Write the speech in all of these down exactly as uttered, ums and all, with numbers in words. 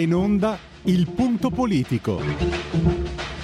in onda Il Punto Politico.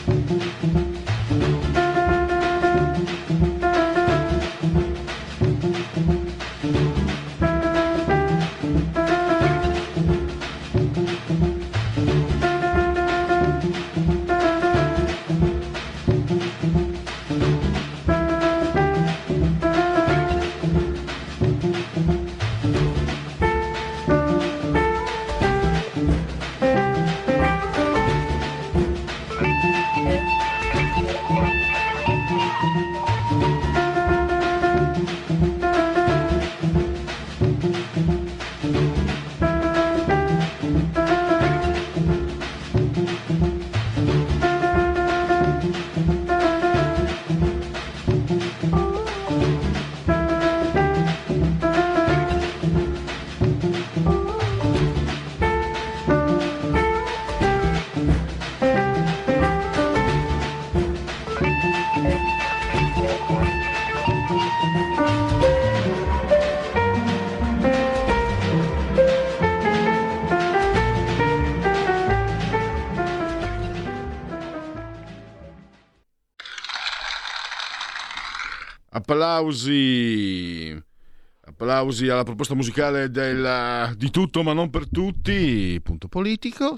Applausi, applausi alla proposta musicale del, di tutto ma non per tutti, Punto Politico,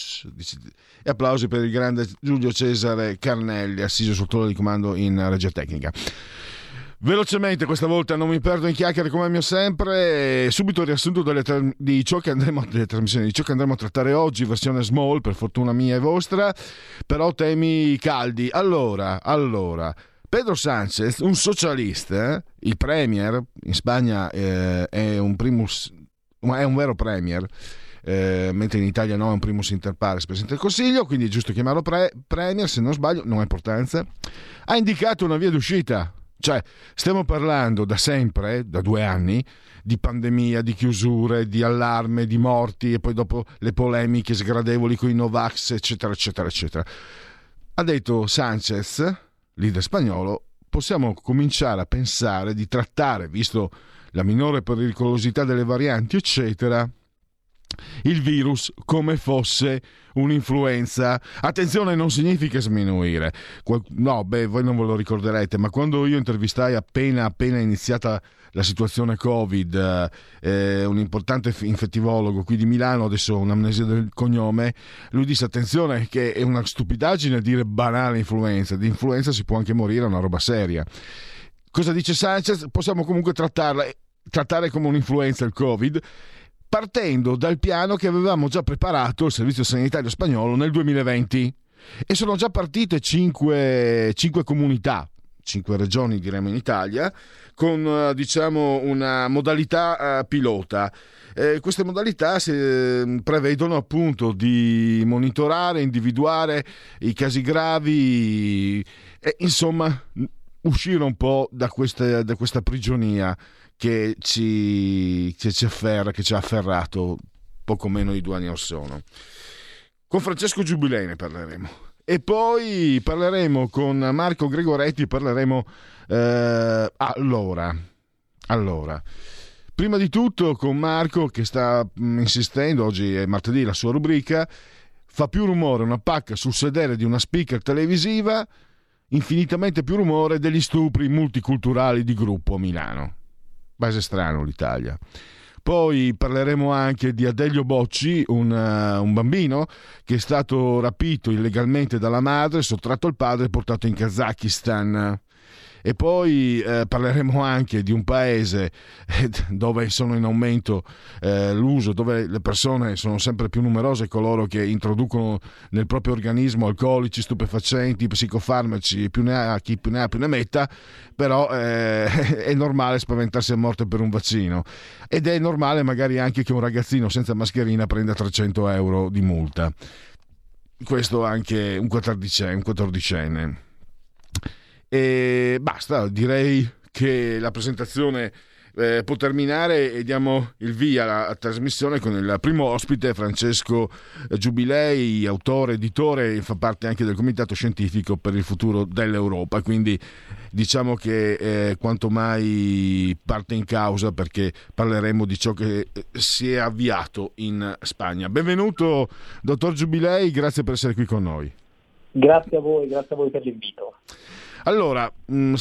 e applausi per il grande Giulio Cesare Carnelli, assiso sul trono di comando in regia tecnica. Velocemente, questa volta non mi perdo in chiacchiere come mio sempre, subito il riassunto delle tra- di ciò che andremo delle trasmissioni, di ciò che andremo a trattare oggi, versione small per fortuna mia e vostra, però temi caldi. Allora, allora Pedro Sánchez, un socialista, eh? il premier, in Spagna eh, è un primus, è un vero premier, eh, mentre in Italia no, è un primus inter pares, presidente del Consiglio, quindi è giusto chiamarlo pre- premier, se non sbaglio, non ha importanza, ha indicato una via d'uscita. Cioè, stiamo parlando da sempre, da due anni, di pandemia, di chiusure, di allarme, di morti e poi dopo le polemiche sgradevoli con i Novax, eccetera, eccetera, eccetera. Ha detto Sánchez, leader spagnolo, possiamo cominciare a pensare di trattare, visto la minore pericolosità delle varianti, eccetera, il virus come fosse un'influenza. Attenzione, non significa sminuire. No, beh, voi non ve lo ricorderete, ma quando io intervistai appena appena iniziata la situazione Covid, eh, un importante infettivologo qui di Milano, adesso un'amnesia del cognome, lui disse attenzione che è una stupidaggine dire banale influenza, di influenza si può anche morire, è una roba seria. Cosa dice Sánchez? Possiamo comunque trattarla, trattare come un'influenza il Covid, partendo dal piano che avevamo già preparato il Servizio Sanitario Spagnolo nel duemilaventi, e sono già partite cinque, cinque comunità, cinque regioni diremo in Italia, con diciamo una modalità uh, pilota. Eh, queste modalità si, eh, prevedono appunto di monitorare, individuare i casi gravi e insomma uscire un po' da questa, da questa prigionia che ci, che ci afferra, che ci ha afferrato poco meno di due anni or sono. Con Francesco Giubilei ne parleremo. E poi parleremo con Marco Gregoretti, parleremo eh, allora, allora, prima di tutto con Marco che sta mh, insistendo, oggi è martedì, la sua rubrica, fa più rumore una pacca sul sedere di una speaker televisiva, infinitamente più rumore degli stupri multiculturali di Gruppo a Milano. Base strano l'Italia. Poi parleremo anche di Adelio Bocci, un, uh, un bambino che è stato rapito illegalmente dalla madre, sottratto al padre e portato in Kazakistan. E poi eh, parleremo anche di un paese eh, dove sono in aumento eh, l'uso, dove le persone sono sempre più numerose, coloro che introducono nel proprio organismo alcolici, stupefacenti, psicofarmaci, più ne ha chi più ne ha più ne metta, però eh, è normale spaventarsi a morte per un vaccino, ed è normale magari anche che un ragazzino senza mascherina prenda trecento euro di multa, questo anche un quattordicenne, un quattordicenne. E basta, direi che la presentazione eh, può terminare e diamo il via alla, alla trasmissione con il primo ospite, Francesco Giubilei, autore, editore, e fa parte anche del Comitato Scientifico per il Futuro dell'Europa, quindi diciamo che eh, quanto mai parte in causa, perché parleremo di ciò che si è avviato in Spagna. Benvenuto dottor Giubilei, grazie per essere qui con noi. Grazie a voi, grazie a voi per l'invito. Allora,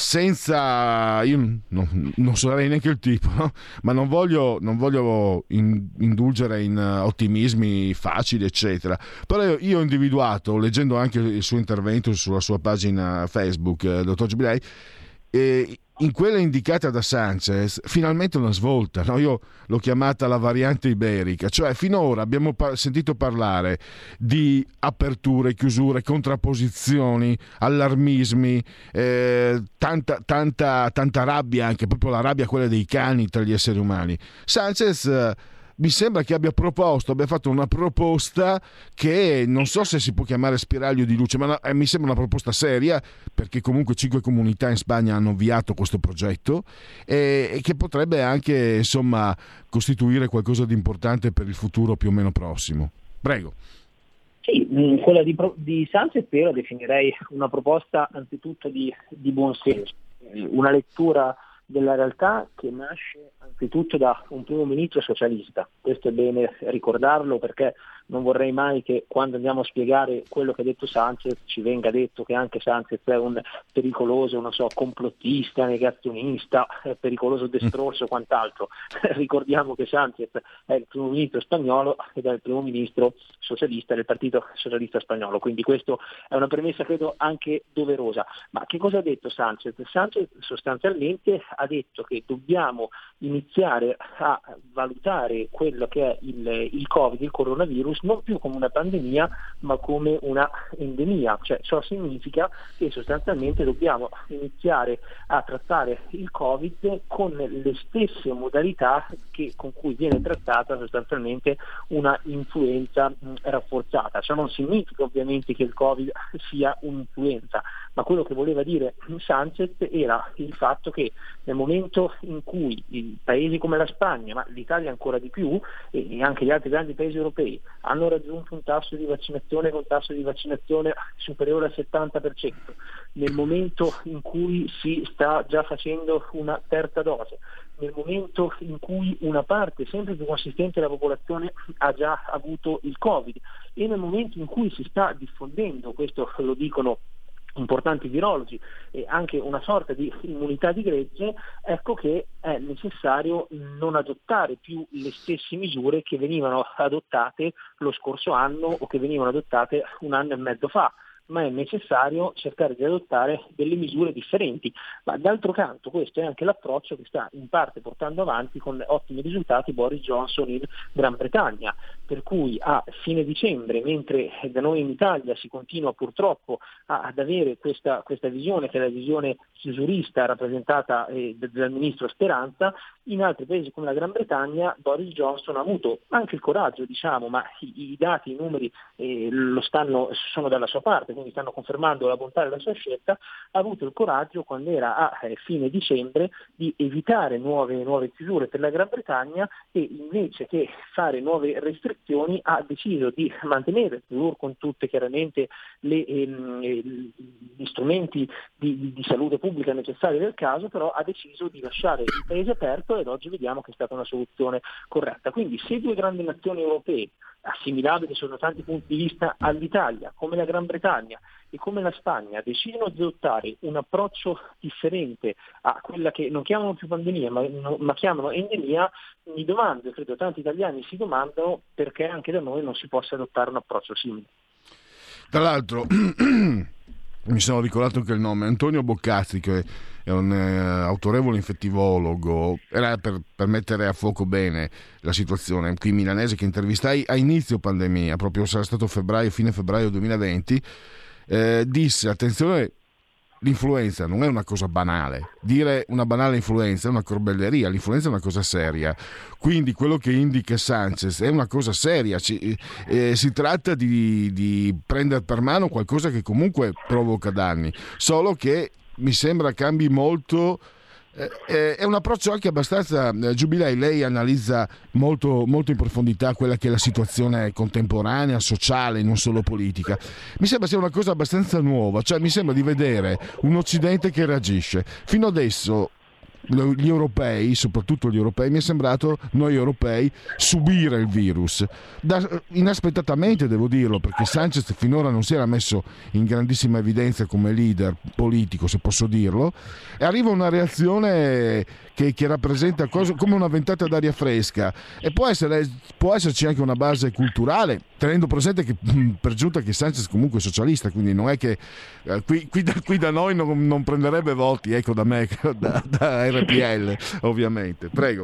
senza, io non, non sarei neanche il tipo, no? Ma non voglio, non voglio in, indulgere in ottimismi facili, eccetera. Però io, io ho individuato, leggendo anche il suo intervento sulla sua pagina Facebook, eh, dottor Giubilei, eh, in quella indicata da Sanchez, finalmente una svolta, no? Io l'ho chiamata la variante iberica, cioè finora abbiamo par- sentito parlare di aperture, chiusure, contrapposizioni, allarmismi, eh, tanta, tanta, tanta rabbia, anche proprio la rabbia quella dei cani tra gli esseri umani. Sanchez eh, mi sembra che abbia proposto, abbia fatto una proposta che non so se si può chiamare spiraglio di luce, ma no, eh, mi sembra una proposta seria, perché comunque cinque comunità in Spagna hanno avviato questo progetto e, e che potrebbe anche, insomma, costituire qualcosa di importante per il futuro più o meno prossimo. Prego. Sì, quella di, di Sanchez io la definirei una proposta anzitutto di, di buon senso, una lettura della realtà che nasce anzitutto da un primo ministro socialista. Questo è bene ricordarlo, perché non vorrei mai che quando andiamo a spiegare quello che ha detto Sanchez ci venga detto che anche Sanchez è un pericoloso, non so, complottista, negazionista, pericoloso destrorso o quant'altro. Ricordiamo che Sanchez è il primo ministro spagnolo ed è il primo ministro socialista del Partito Socialista Spagnolo, quindi questo è una premessa credo anche doverosa. Ma che cosa ha detto Sanchez? Sanchez sostanzialmente ha detto che dobbiamo iniziare a valutare quello che è il, il Covid, il coronavirus, non più come una pandemia ma come una endemia, cioè ciò significa che sostanzialmente dobbiamo iniziare a trattare il Covid con le stesse modalità che, con cui viene trattata sostanzialmente una influenza mh, rafforzata. Ciò non significa ovviamente che il Covid sia un'influenza, ma quello che voleva dire Sanchez era il fatto che nel momento in cui i paesi come la Spagna, ma l'Italia ancora di più, e anche gli altri grandi paesi europei hanno raggiunto un tasso di vaccinazione con un tasso di vaccinazione superiore al settanta per cento, nel momento in cui si sta già facendo una terza dose, nel momento in cui una parte sempre più consistente della popolazione ha già avuto il Covid e nel momento in cui si sta diffondendo, questo lo dicono importanti virologi, e anche una sorta di immunità di gregge, ecco che è necessario non adottare più le stesse misure che venivano adottate lo scorso anno o che venivano adottate un anno e mezzo fa, ma è necessario cercare di adottare delle misure differenti. Ma d'altro canto questo è anche l'approccio che sta in parte portando avanti con ottimi risultati Boris Johnson in Gran Bretagna, per cui a fine dicembre, mentre da noi in Italia si continua purtroppo ad avere questa, questa visione, che è la visione chiusurista rappresentata eh, dal ministro Speranza, in altri paesi come la Gran Bretagna Boris Johnson ha avuto anche il coraggio, diciamo, ma i, i dati, i numeri eh, lo stanno, sono dalla sua parte, quindi stanno confermando la bontà della sua scelta, ha avuto il coraggio quando era a eh, fine dicembre di evitare nuove, nuove chiusure per la Gran Bretagna e invece che fare nuove restrizioni ha deciso di mantenere, pur con tutte chiaramente le, ehm, gli strumenti di, di, di salute pubblica necessari del caso, però ha deciso di lasciare il paese aperto ed oggi vediamo che è stata una soluzione corretta. Quindi se due grandi nazioni europee, assimilabili sotto tanti punti di vista all'Italia, come la Gran Bretagna e come la Spagna, decidono di adottare un approccio differente a quella che non chiamano più pandemia ma, ma chiamano endemia, mi domando, e credo tanti italiani si domandano, perché anche da noi non si possa adottare un approccio simile. Tra l'altro mi sono ricordato anche il nome, Antonio Boccazzi, che è un eh, autorevole infettivologo, era per, per mettere a fuoco bene la situazione, qui milanese, che intervistai a inizio pandemia, proprio sarà stato febbraio, fine febbraio duemilaventi, eh, disse, attenzione, l'influenza non è una cosa banale, dire una banale influenza è una corbelleria, l'influenza è una cosa seria, quindi quello che indica Sanchez è una cosa seria, ci, eh, si tratta di, di prendere per mano qualcosa che comunque provoca danni, solo che mi sembra cambi molto eh, è un approccio anche abbastanza, eh, Giubilei, lei analizza molto, molto in profondità quella che è la situazione contemporanea, sociale, non solo politica. Mi sembra sia una cosa abbastanza nuova, cioè mi sembra di vedere un Occidente che reagisce. Fino adesso gli europei, soprattutto gli europei, mi è sembrato, noi europei, subire il virus da, inaspettatamente, devo dirlo, perché Sanchez finora non si era messo in grandissima evidenza come leader politico, se posso dirlo, e arriva una reazione che, che rappresenta cosa, come una ventata d'aria fresca, e può, essere, può esserci anche una base culturale, tenendo presente che per giunta che Sanchez comunque è socialista, quindi non è che eh, qui, qui, da, qui da noi non, non prenderebbe voti, ecco, da me, da, da R P L, ovviamente. Prego.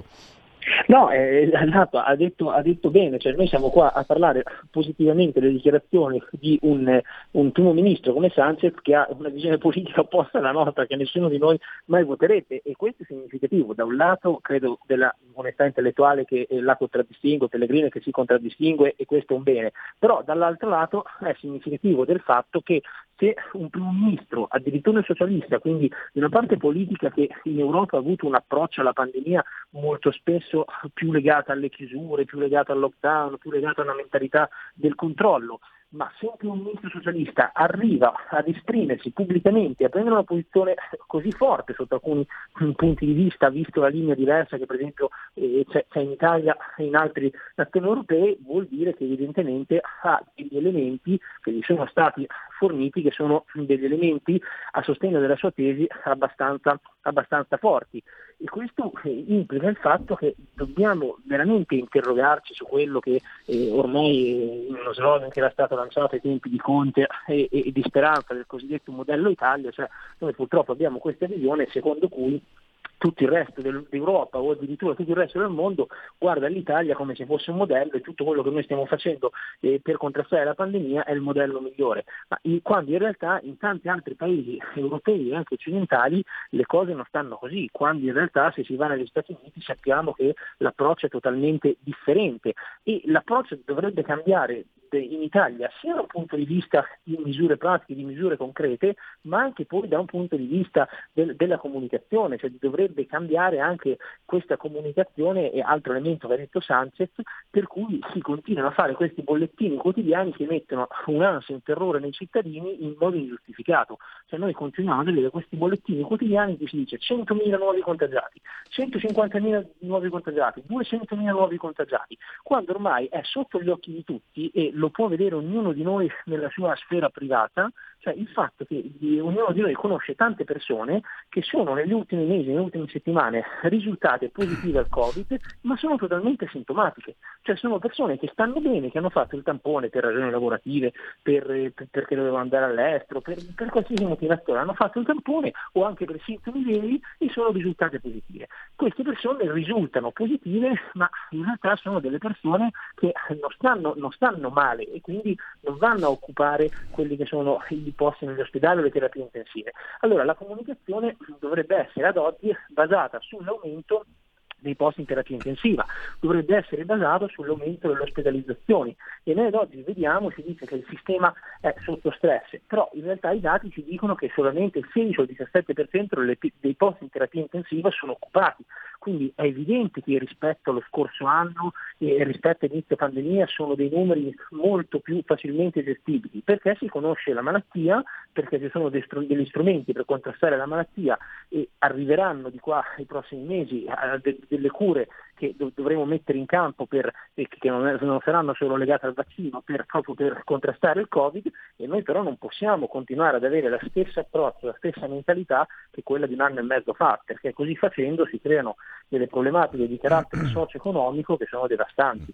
No, eh, esatto, ha detto, ha detto bene, cioè noi siamo qua a parlare positivamente delle dichiarazioni di un, un primo ministro come Sanchez che ha una visione politica opposta alla nostra, che nessuno di noi mai voterebbe, e questo è significativo. Da un lato credo della onestà intellettuale che la contraddistingue, Pellegrini che si contraddistingue, e questo è un bene, però dall'altro lato è significativo del fatto che se un primo ministro, addirittura socialista, quindi di una parte politica che in Europa ha avuto un approccio alla pandemia molto spesso più legata alle chiusure, più legata al lockdown, più legata a una mentalità del controllo, ma se un primo ministro socialista arriva ad esprimersi pubblicamente, a prendere una posizione così forte sotto alcuni punti di vista, visto la linea diversa che per esempio eh, c'è, c'è in Italia e in altre nazioni europee, vuol dire che evidentemente ha degli elementi che gli sono stati forniti, che sono degli elementi a sostegno della sua tesi abbastanza, abbastanza forti. E questo eh, implica il fatto che dobbiamo veramente interrogarci su quello che eh, ormai è uno slogan che era stato lanciato ai tempi di Conte e, e di Speranza, del cosiddetto modello Italia, cioè noi purtroppo abbiamo questa visione secondo cui tutto il resto d'Europa o addirittura tutto il resto del mondo guarda l'Italia come se fosse un modello, e tutto quello che noi stiamo facendo eh, per contrastare la pandemia è il modello migliore, ma in, quando in realtà in tanti altri paesi europei e anche occidentali le cose non stanno così, quando in realtà se si va negli Stati Uniti sappiamo che l'approccio è totalmente differente, e l'approccio dovrebbe cambiare in Italia sia da un punto di vista di misure pratiche, di misure concrete, ma anche poi da un punto di vista del, della comunicazione, cioè dovrebbe cambiare anche questa comunicazione. E altro elemento che ha detto Sanchez, per cui si continuano a fare questi bollettini quotidiani che mettono un'ansia, un terrore nei cittadini in modo ingiustificato, cioè noi continuiamo a vedere questi bollettini quotidiani in cui si dice centomila nuovi contagiati, centocinquantamila nuovi contagiati, duecentomila nuovi contagiati, quando ormai è sotto gli occhi di tutti e lo può vedere ognuno di noi nella sua sfera privata, cioè il fatto che ognuno di noi conosce tante persone che sono negli ultimi mesi, nelle ultime settimane risultate positive al Covid, ma sono totalmente sintomatiche, cioè sono persone che stanno bene, che hanno fatto il tampone per ragioni lavorative, per, per, perché dovevano andare all'estero, per, per qualsiasi motivazione, hanno fatto il tampone o anche per sintomi veri e sono risultate positive. Queste persone risultano positive, ma in realtà sono delle persone che non stanno, non stanno male e quindi non vanno a occupare quelli che sono i posti negli ospedali o le terapie intensive. Allora la comunicazione dovrebbe essere ad oggi basata sull'aumento dei posti in terapia intensiva, dovrebbe essere basato sull'aumento delle ospedalizzazioni, e noi ad oggi vediamo, si dice che il sistema è sotto stress, però in realtà i dati ci dicono che solamente il sedici o il diciassette per cento delle, dei posti in terapia intensiva sono occupati, quindi è evidente che rispetto allo scorso anno e rispetto all'inizio pandemia sono dei numeri molto più facilmente gestibili, perché si conosce la malattia, perché ci sono degli strumenti per contrastare la malattia e arriveranno di qua ai prossimi mesi a de- delle cure che dov- dovremo mettere in campo per, e che non, è, non saranno solo legate al vaccino, per, proprio per contrastare il Covid, e noi però non possiamo continuare ad avere la stessa approccio, la stessa mentalità che quella di un anno e mezzo fa, perché così facendo si creano delle problematiche di carattere socio-economico che sono devastanti.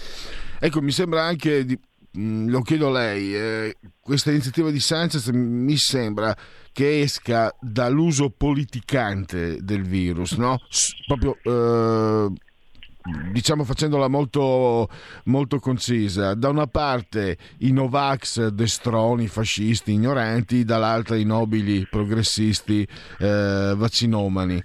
Ecco, mi sembra anche, di, mh, lo chiedo a lei, eh, questa iniziativa di Sanchez mi sembra che esca dall'uso politicante del virus, no? S- proprio eh, diciamo facendola molto, molto concisa, da una parte i Novax destroni, fascisti, ignoranti, dall'altra i nobili progressisti eh, vaccinomani.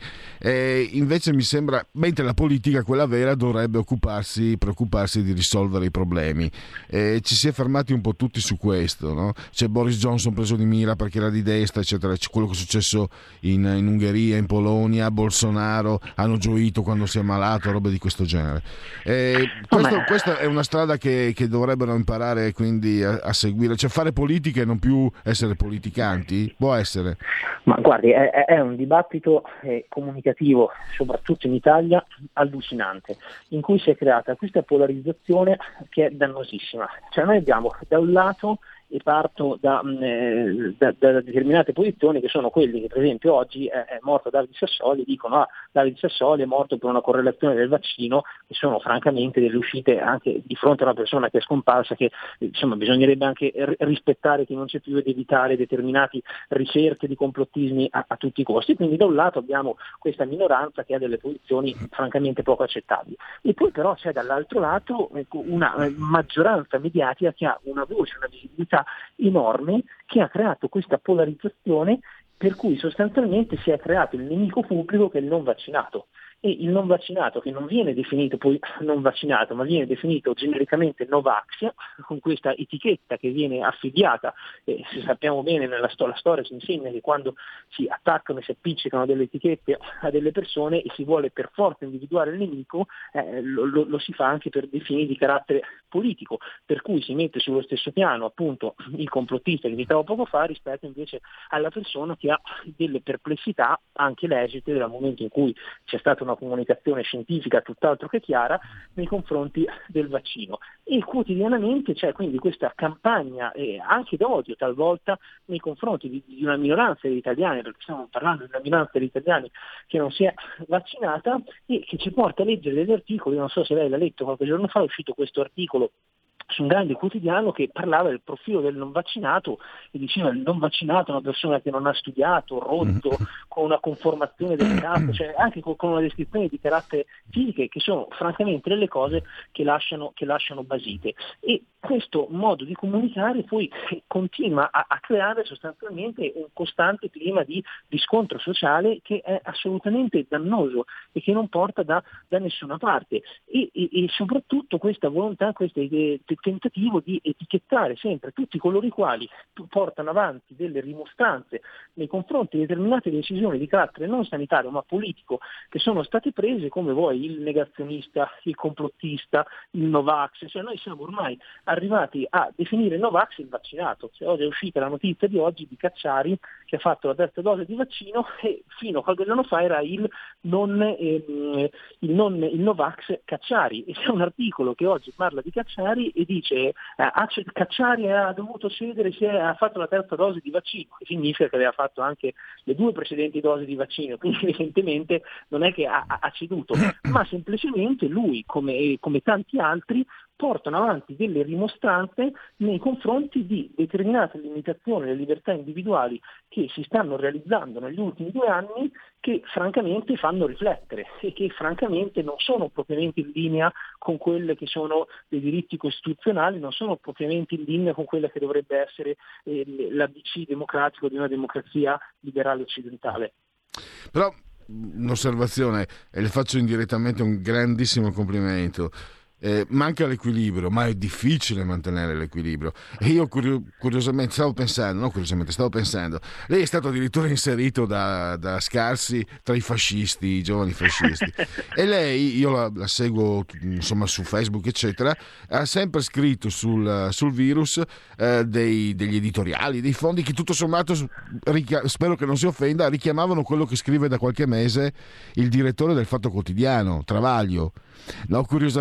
E invece mi sembra, mentre la politica, quella vera, dovrebbe occuparsi, preoccuparsi di risolvere i problemi. E ci si è fermati un po' tutti su questo, no? C'è Boris Johnson preso di mira perché era di destra, eccetera. C'è quello che è successo in, in Ungheria, in Polonia, Bolsonaro hanno gioito quando si è malato, robe di questo genere. E questo, oh, questa è una strada che, che dovrebbero imparare quindi a, a seguire, cioè fare politica e non più essere politicanti. Può essere. Ma guardi, è, è un dibattito eh, comunicativo, soprattutto in Italia, allucinante, in cui si è creata questa polarizzazione che è dannosissima. Cioè noi abbiamo da un lato, e parto da, eh, da, da determinate posizioni che sono quelli che per esempio oggi è, è morto Davide Sassoli, dicono ah Davide Sassoli è morto per una correlazione del vaccino, che sono francamente delle uscite anche di fronte a una persona che è scomparsa, che insomma bisognerebbe anche rispettare chi non c'è più ed evitare determinate ricerche di complottismi a, a tutti i costi. Quindi da un lato abbiamo questa minoranza che ha delle posizioni francamente poco accettabili, e poi però c'è dall'altro lato una maggioranza mediatica che ha una voce, una visibilità enorme, che ha creato questa polarizzazione per cui sostanzialmente si è creato il nemico pubblico che è il non vaccinato. E il non vaccinato, che non viene definito poi non vaccinato, ma viene definito genericamente Novax, con questa etichetta che viene affibbiata, e se sappiamo bene nella sto- la storia ci insegna che quando si attaccano e si appiccicano delle etichette a delle persone e si vuole per forza individuare il nemico, eh, lo, lo, lo si fa anche per definire di carattere politico, per cui si mette sullo stesso piano appunto il complottista che citavo poco fa rispetto invece alla persona che ha delle perplessità anche lecite dal momento in cui c'è stata una comunicazione scientifica tutt'altro che chiara nei confronti del vaccino. E quotidianamente c'è quindi questa campagna eh, anche d'odio talvolta nei confronti di, di una minoranza di italiani, perché stiamo parlando di una minoranza di italiani che non si è vaccinata, e che ci porta a leggere degli articoli. Non so se lei l'ha letto, qualche giorno fa è uscito questo articolo su un grande quotidiano che parlava del profilo del non vaccinato e diceva il non vaccinato è una persona che non ha studiato, rotto, con una conformazione del capo, cioè anche con, con una descrizione di carattere fisiche che sono francamente delle cose che lasciano, che lasciano basite. E questo modo di comunicare poi continua a, a creare sostanzialmente un costante clima di, di scontro sociale che è assolutamente dannoso e che non porta da, da nessuna parte. E, e, e soprattutto questa volontà, questo tentativo di etichettare sempre tutti coloro i quali portano avanti delle rimostranze nei confronti di determinate decisioni di carattere non sanitario ma politico che sono state prese, come vuoi il negazionista, il complottista, il Novax. Cioè noi siamo ormai arrivati a definire Novax il vaccinato. Cioè, oggi è uscita la notizia di oggi di Cacciari che ha fatto la terza dose di vaccino e fino a qualche giorno fa era il non, ehm, il, non il Novax Cacciari, e c'è un articolo che oggi parla di Cacciari e dice eh, Cacciari ha dovuto cedere se ha fatto la terza dose di vaccino, che significa che aveva fatto anche le due precedenti dosi di vaccino, quindi evidentemente non è che ha, ha ceduto, ma semplicemente lui, come, come tanti altri, portano avanti delle rimostranze nei confronti di determinate limitazioni delle libertà individuali che si stanno realizzando negli ultimi due anni, che francamente fanno riflettere e che francamente non sono propriamente in linea con quelle che sono dei diritti costituzionali, non sono propriamente in linea con quella che dovrebbe essere eh, l'A B C democratico di una democrazia liberale occidentale. Però un'osservazione, e le faccio indirettamente un grandissimo complimento. Eh, manca l'equilibrio, ma è difficile mantenere l'equilibrio. E io curio- curiosamente stavo pensando, no curiosamente stavo pensando, lei è stato addirittura inserito da, da Scarsi tra i fascisti, i giovani fascisti, e lei, io la, la seguo insomma su Facebook eccetera, ha sempre scritto sul, sul virus eh, dei, degli editoriali, dei fondi che tutto sommato, richia- spero che non si offenda, richiamavano quello che scrive da qualche mese il direttore del Fatto Quotidiano, Travaglio. No, curiosamente,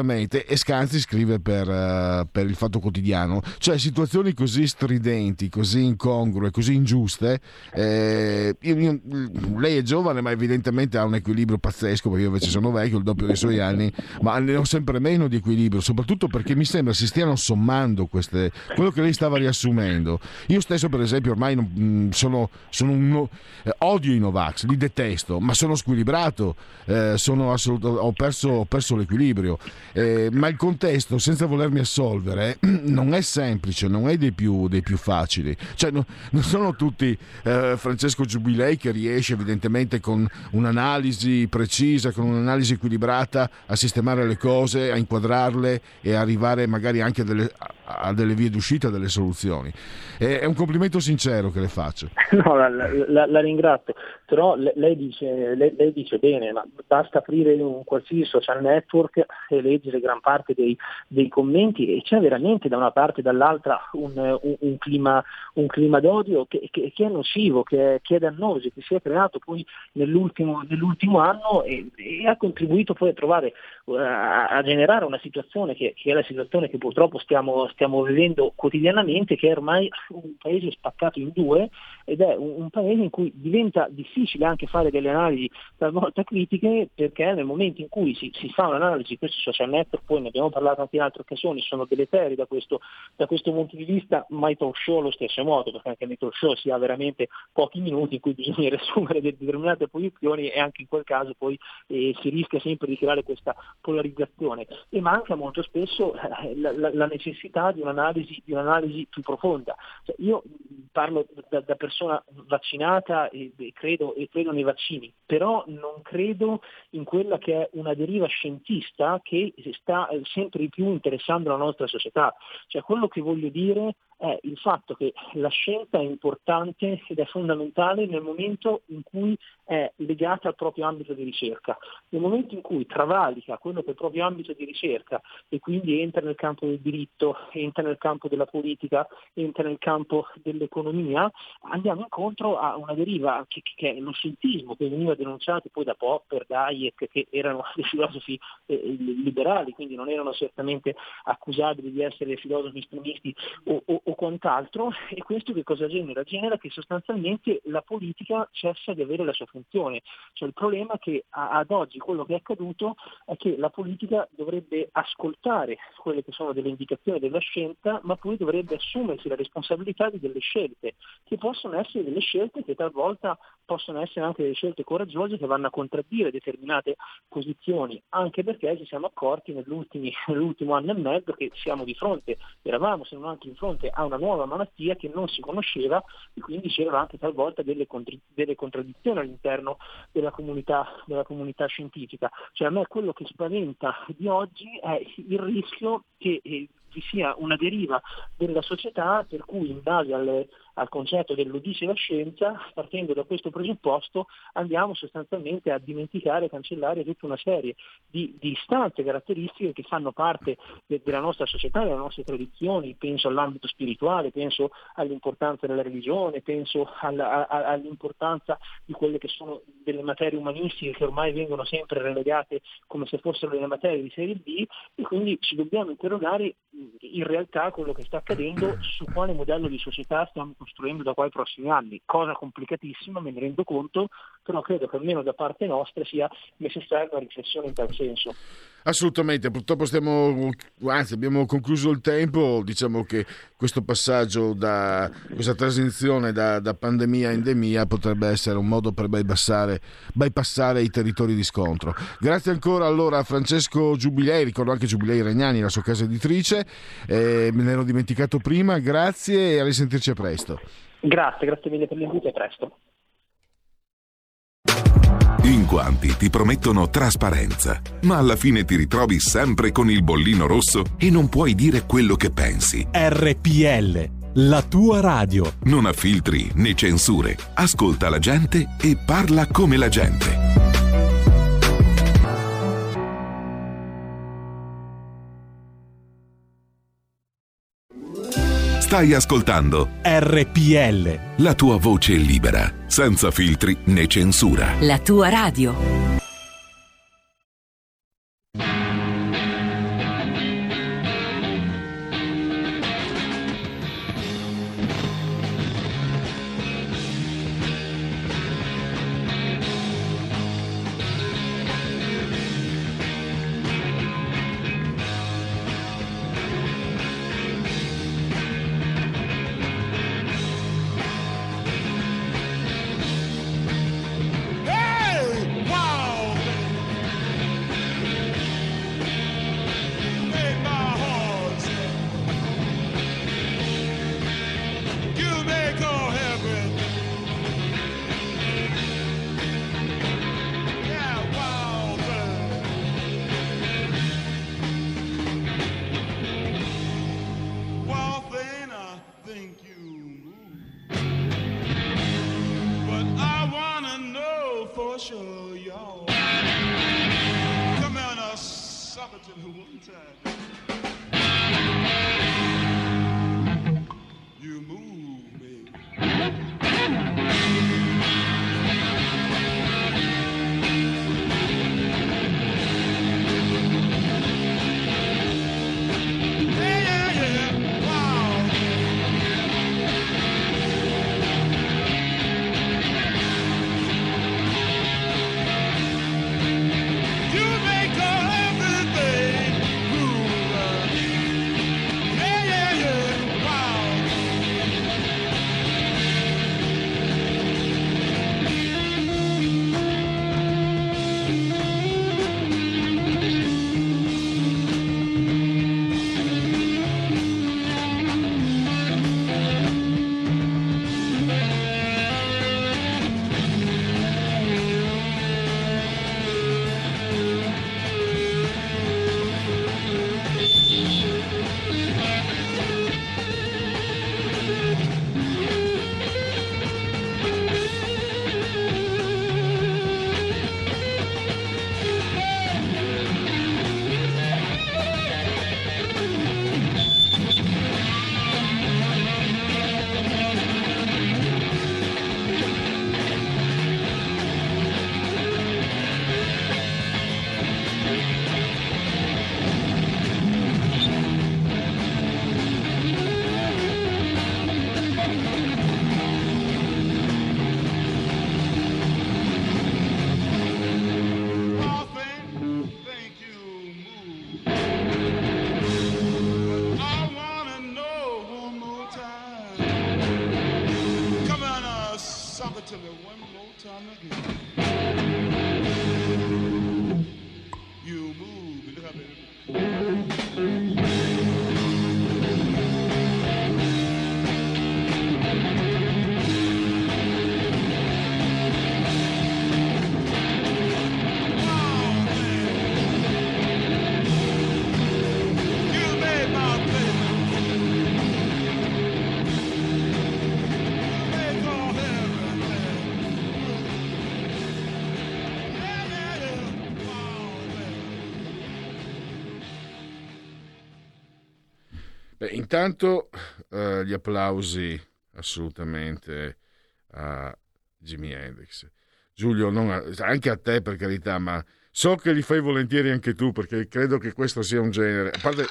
e Scanzi scrive per, uh, per il Fatto Quotidiano. Cioè situazioni così stridenti, così incongrue, così ingiuste. Eh, io, io, lei è giovane ma evidentemente ha un equilibrio pazzesco, perché io invece sono vecchio, il doppio dei suoi anni, ma ne ho sempre meno di equilibrio, soprattutto perché mi sembra si stiano sommando queste, quello che lei stava riassumendo. Io stesso per esempio ormai non, sono, sono un, eh, odio i Novax, li detesto, ma sono squilibrato, eh, sono assolut- ho, perso, ho perso l'equilibrio, eh, ma il contesto, senza volermi assolvere, non è semplice, non è dei più, dei più facili, cioè no, non sono tutti eh, Francesco Giubilei che riesce evidentemente con un'analisi precisa, con un'analisi equilibrata a sistemare le cose, a inquadrarle e arrivare magari anche a delle, a delle vie d'uscita, delle soluzioni. È un complimento sincero che le faccio. No, la, la, la ringrazio, però lei dice, lei, lei dice bene, ma basta aprire un qualsiasi social network e leggere gran parte dei, dei commenti e c'è veramente da una parte e dall'altra un, un, un, clima, un clima d'odio che, che, che è nocivo, che è, che è dannoso, che si è creato poi nell'ultimo, nell'ultimo anno e, e ha contribuito poi a trovare, a, a generare una situazione che, che è la situazione che purtroppo stiamo, stiamo vivendo quotidianamente, che è ormai un paese spaccato in due ed è un, un paese in cui diventa difficile anche fare delle analisi talvolta critiche, perché nel momento in cui si, si fa un'analisi di questi social network, poi ne abbiamo parlato anche in altre occasioni, sono deleteri da questo, da questo punto di vista, ma i talk show allo stesso modo, perché anche nei talk show si ha veramente pochi minuti in cui bisogna riassumere determinate posizioni e anche in quel caso poi eh, si rischia sempre di creare questa polarizzazione e manca molto spesso eh, la, la, la necessità di un'analisi, di un'analisi più profonda. Cioè, io parlo da, da persona vaccinata e, e, credo, e credo nei vaccini, però non credo in quella che è una deriva scientista che sta sempre di più interessando la nostra società. Cioè, quello che voglio dire è il fatto che la scienza è importante ed è fondamentale nel momento in cui è legata al proprio ambito di ricerca. Nel momento in cui travalica quello che è il proprio ambito di ricerca e quindi entra nel campo del diritto, entra nel campo della politica, entra nel campo dell'economia, andiamo incontro a una deriva che, che è lo scientismo che veniva denunciato poi da Popper, da Hayek, che erano dei filosofi eh, liberali, quindi non erano certamente accusabili di essere filosofi estremisti o, o o quant'altro, e questo che cosa genera? Genera che sostanzialmente la politica cessa di avere la sua funzione. Cioè il problema è che ad oggi quello che è accaduto è che la politica dovrebbe ascoltare quelle che sono delle indicazioni della scienza, ma poi dovrebbe assumersi la responsabilità di delle scelte, che possono essere delle scelte che talvolta possono essere anche delle scelte coraggiose che vanno a contraddire determinate posizioni, anche perché ci siamo accorti nell'ultimo anno e mezzo che siamo di fronte, eravamo se non altro di fronte a una nuova malattia che non si conosceva e quindi c'erano anche talvolta delle, contri- delle contraddizioni all'interno della comunità, della comunità scientifica. Cioè a me quello che spaventa di oggi è il rischio che eh, vi sia una deriva della società per cui in base alle, al concetto del lo dice la scienza, partendo da questo presupposto andiamo sostanzialmente a dimenticare e cancellare tutta una serie di, di istanze, caratteristiche che fanno parte de, della nostra società, delle nostre tradizioni. Penso all'ambito spirituale, penso all'importanza della religione, penso alla, a, all'importanza di quelle che sono delle materie umanistiche che ormai vengono sempre relegate come se fossero delle materie di serie B, e quindi ci dobbiamo interrogare in realtà quello che sta accadendo, su quale modello di società stiamo costruendo da qua ai prossimi anni. Cosa complicatissima, me ne rendo conto, però credo che almeno da parte nostra sia necessaria una riflessione in tal senso. Assolutamente, purtroppo stiamo, anzi abbiamo concluso il tempo. Diciamo che questo passaggio da questa transizione da, da pandemia a endemia potrebbe essere un modo per bypassare, bypassare i territori di scontro. Grazie ancora allora a Francesco Giubilei, ricordo anche Giubilei Regnani, la sua casa editrice, eh, me ne ero dimenticato prima, grazie e a risentirci a presto. Grazie, grazie mille per l'invito e presto. In quanti ti promettono trasparenza, ma alla fine ti ritrovi sempre con il bollino rosso e non puoi dire quello che pensi. R P L, la tua radio. Non ha filtri né censure. Ascolta la gente e parla come la gente. Stai ascoltando R P L, la tua voce libera, senza filtri né censura. La tua radio. for sure, y'all. Come on, uh, suck it to me one time. You move me. Beh, intanto eh, gli applausi assolutamente a Jimi Hendrix. Giulio, non a, anche a te per carità, ma so che li fai volentieri anche tu, perché credo che questo sia un genere, a parte,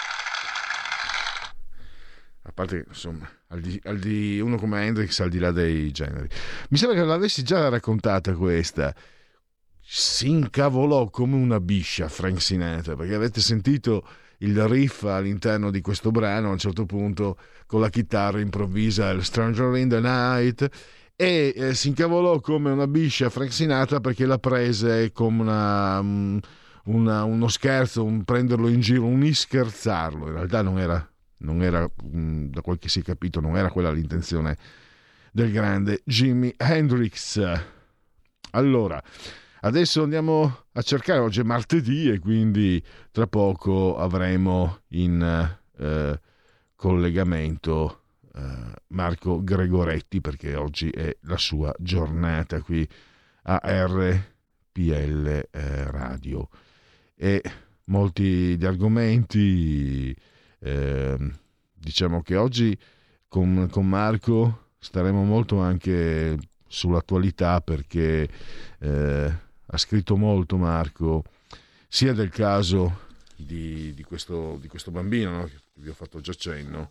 a parte insomma, al di, al di uno come Hendrix, al di là dei generi. Mi sembra che l'avessi già raccontata questa. Si incavolò come una biscia Frank Sinatra, perché avete sentito il riff all'interno di questo brano, a un certo punto con la chitarra improvvisa il Stranger in the Night, e eh, si incavolò come una biscia Frank Sinatra perché la prese come una, una, uno scherzo, un prenderlo in giro, un ischerzarlo. In realtà non era, non era, da quel che si è capito, non era quella l'intenzione del grande Jimi Hendrix. Allora, adesso andiamo a cercare, oggi è martedì e quindi tra poco avremo in eh, collegamento eh, Marco Gregoretti, perché oggi è la sua giornata qui a R P L eh, Radio. E molti di argomenti, eh, diciamo che oggi con, con Marco staremo molto anche sull'attualità, perché eh, ha scritto molto Marco sia del caso di, di, questo, di questo bambino, no? Che vi ho fatto già cenno,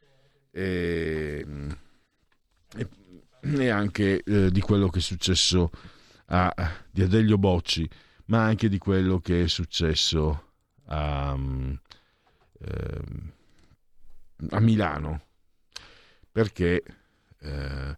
e, e, e anche eh, di quello che è successo a, di Adelio Bocci, ma anche di quello che è successo a, eh, a Milano, perché eh,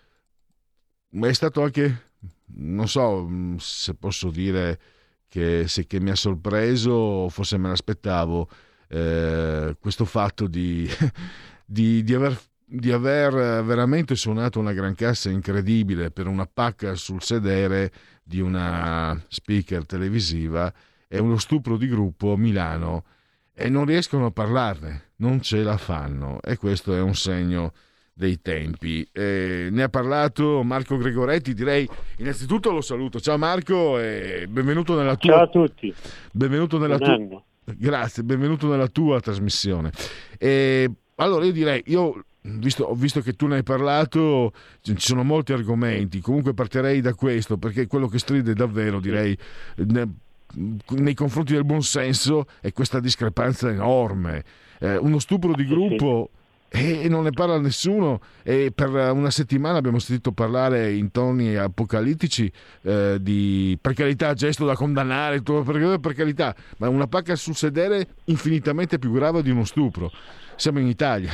è stato anche, non so se posso dire che, se, che mi ha sorpreso, forse me l'aspettavo, eh, questo fatto di, di, di, aver, di aver veramente suonato una gran cassa incredibile per una pacca sul sedere di una speaker televisiva, e uno stupro di gruppo a Milano, e non riescono a parlarne, non ce la fanno, e questo è un segno dei tempi. Eh, ne ha parlato Marco Gregoretti, direi innanzitutto lo saluto. Ciao Marco e benvenuto nella tua... Ciao a tutti. Benvenuto nella Buon tua... anno. Grazie, benvenuto nella tua trasmissione. E allora io direi, io visto, ho visto che tu ne hai parlato, ci sono molti argomenti, comunque partirei da questo perché quello che stride davvero, direi, ne, nei confronti del buonsenso è questa discrepanza enorme. Eh, uno stupro di gruppo e non ne parla nessuno, e per una settimana abbiamo sentito parlare in toni apocalittici eh, di, per carità, gesto da condannare, per, per carità, ma una pacca sul sedere infinitamente più grave di uno stupro. Siamo in Italia.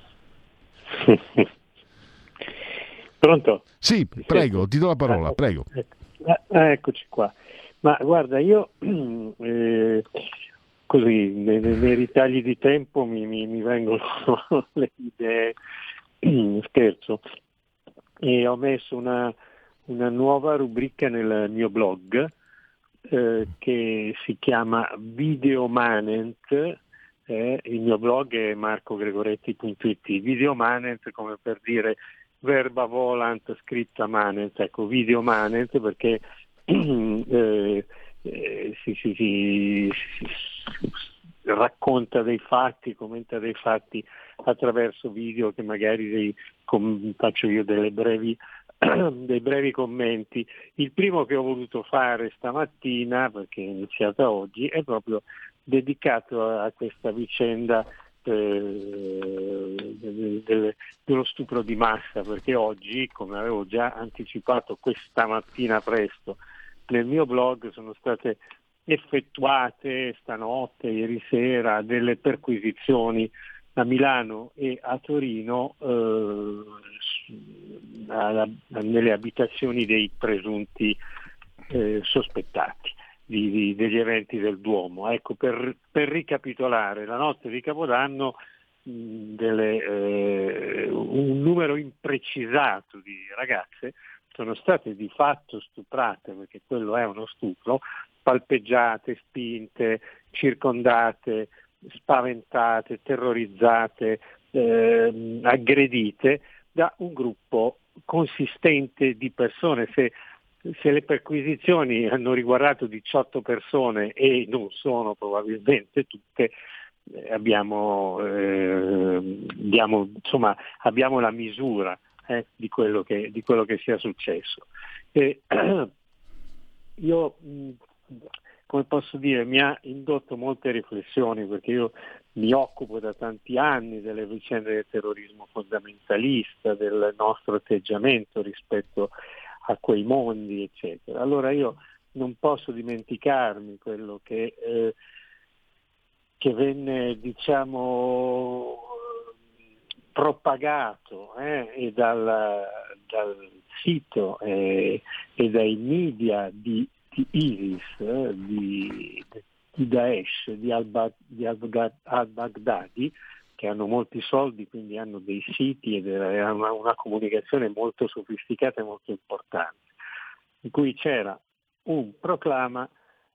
Pronto? Sì, prego, ti do la parola, prego. Ah, eccoci qua. Ma guarda, io eh, così nei, nei ritagli di tempo mi, mi, mi vengono le idee, scherzo, e ho messo una, una nuova rubrica nel mio blog eh, che si chiama Videomanent. Eh, il mio blog è marco gregoretti punto it. Videomanent come per dire verba volant scritta manent, ecco, Videomanent perché eh, eh, si, si, si, si, si racconta dei fatti, commenta dei fatti attraverso video che magari dei, com, faccio io delle brevi dei brevi commenti. Il primo che ho voluto fare stamattina, perché è iniziata oggi, è proprio dedicato a questa vicenda eh, del, del, dello stupro di massa, perché oggi, come avevo già anticipato questa mattina presto nel mio blog, sono state effettuate stanotte, ieri sera, delle perquisizioni a Milano e a Torino eh, alla, nelle abitazioni dei presunti eh, sospettati di, di, degli eventi del Duomo. Ecco, per, per ricapitolare, la notte di Capodanno mh, delle, eh, un numero imprecisato di ragazze sono state di fatto stuprate, perché quello è uno stupro, palpeggiate, spinte, circondate, spaventate, terrorizzate, eh, aggredite da un gruppo consistente di persone. Se, se le perquisizioni hanno riguardato diciotto persone e non sono probabilmente tutte, eh, abbiamo, eh, abbiamo, insomma, abbiamo la misura eh, di quello che, di quello che sia successo. E, io mh, come posso dire, mi ha indotto molte riflessioni, perché io mi occupo da tanti anni delle vicende del terrorismo fondamentalista, del nostro atteggiamento rispetto a quei mondi, eccetera. Allora io non posso dimenticarmi quello che, eh, che venne, diciamo, propagato eh, e dal, dal sito eh, e dai media di di ISIS, eh, di, di Daesh, di, al-Ba, di al-Baghdadi, che hanno molti soldi, quindi hanno dei siti ed è una, una comunicazione molto sofisticata e molto importante, in cui c'era un proclama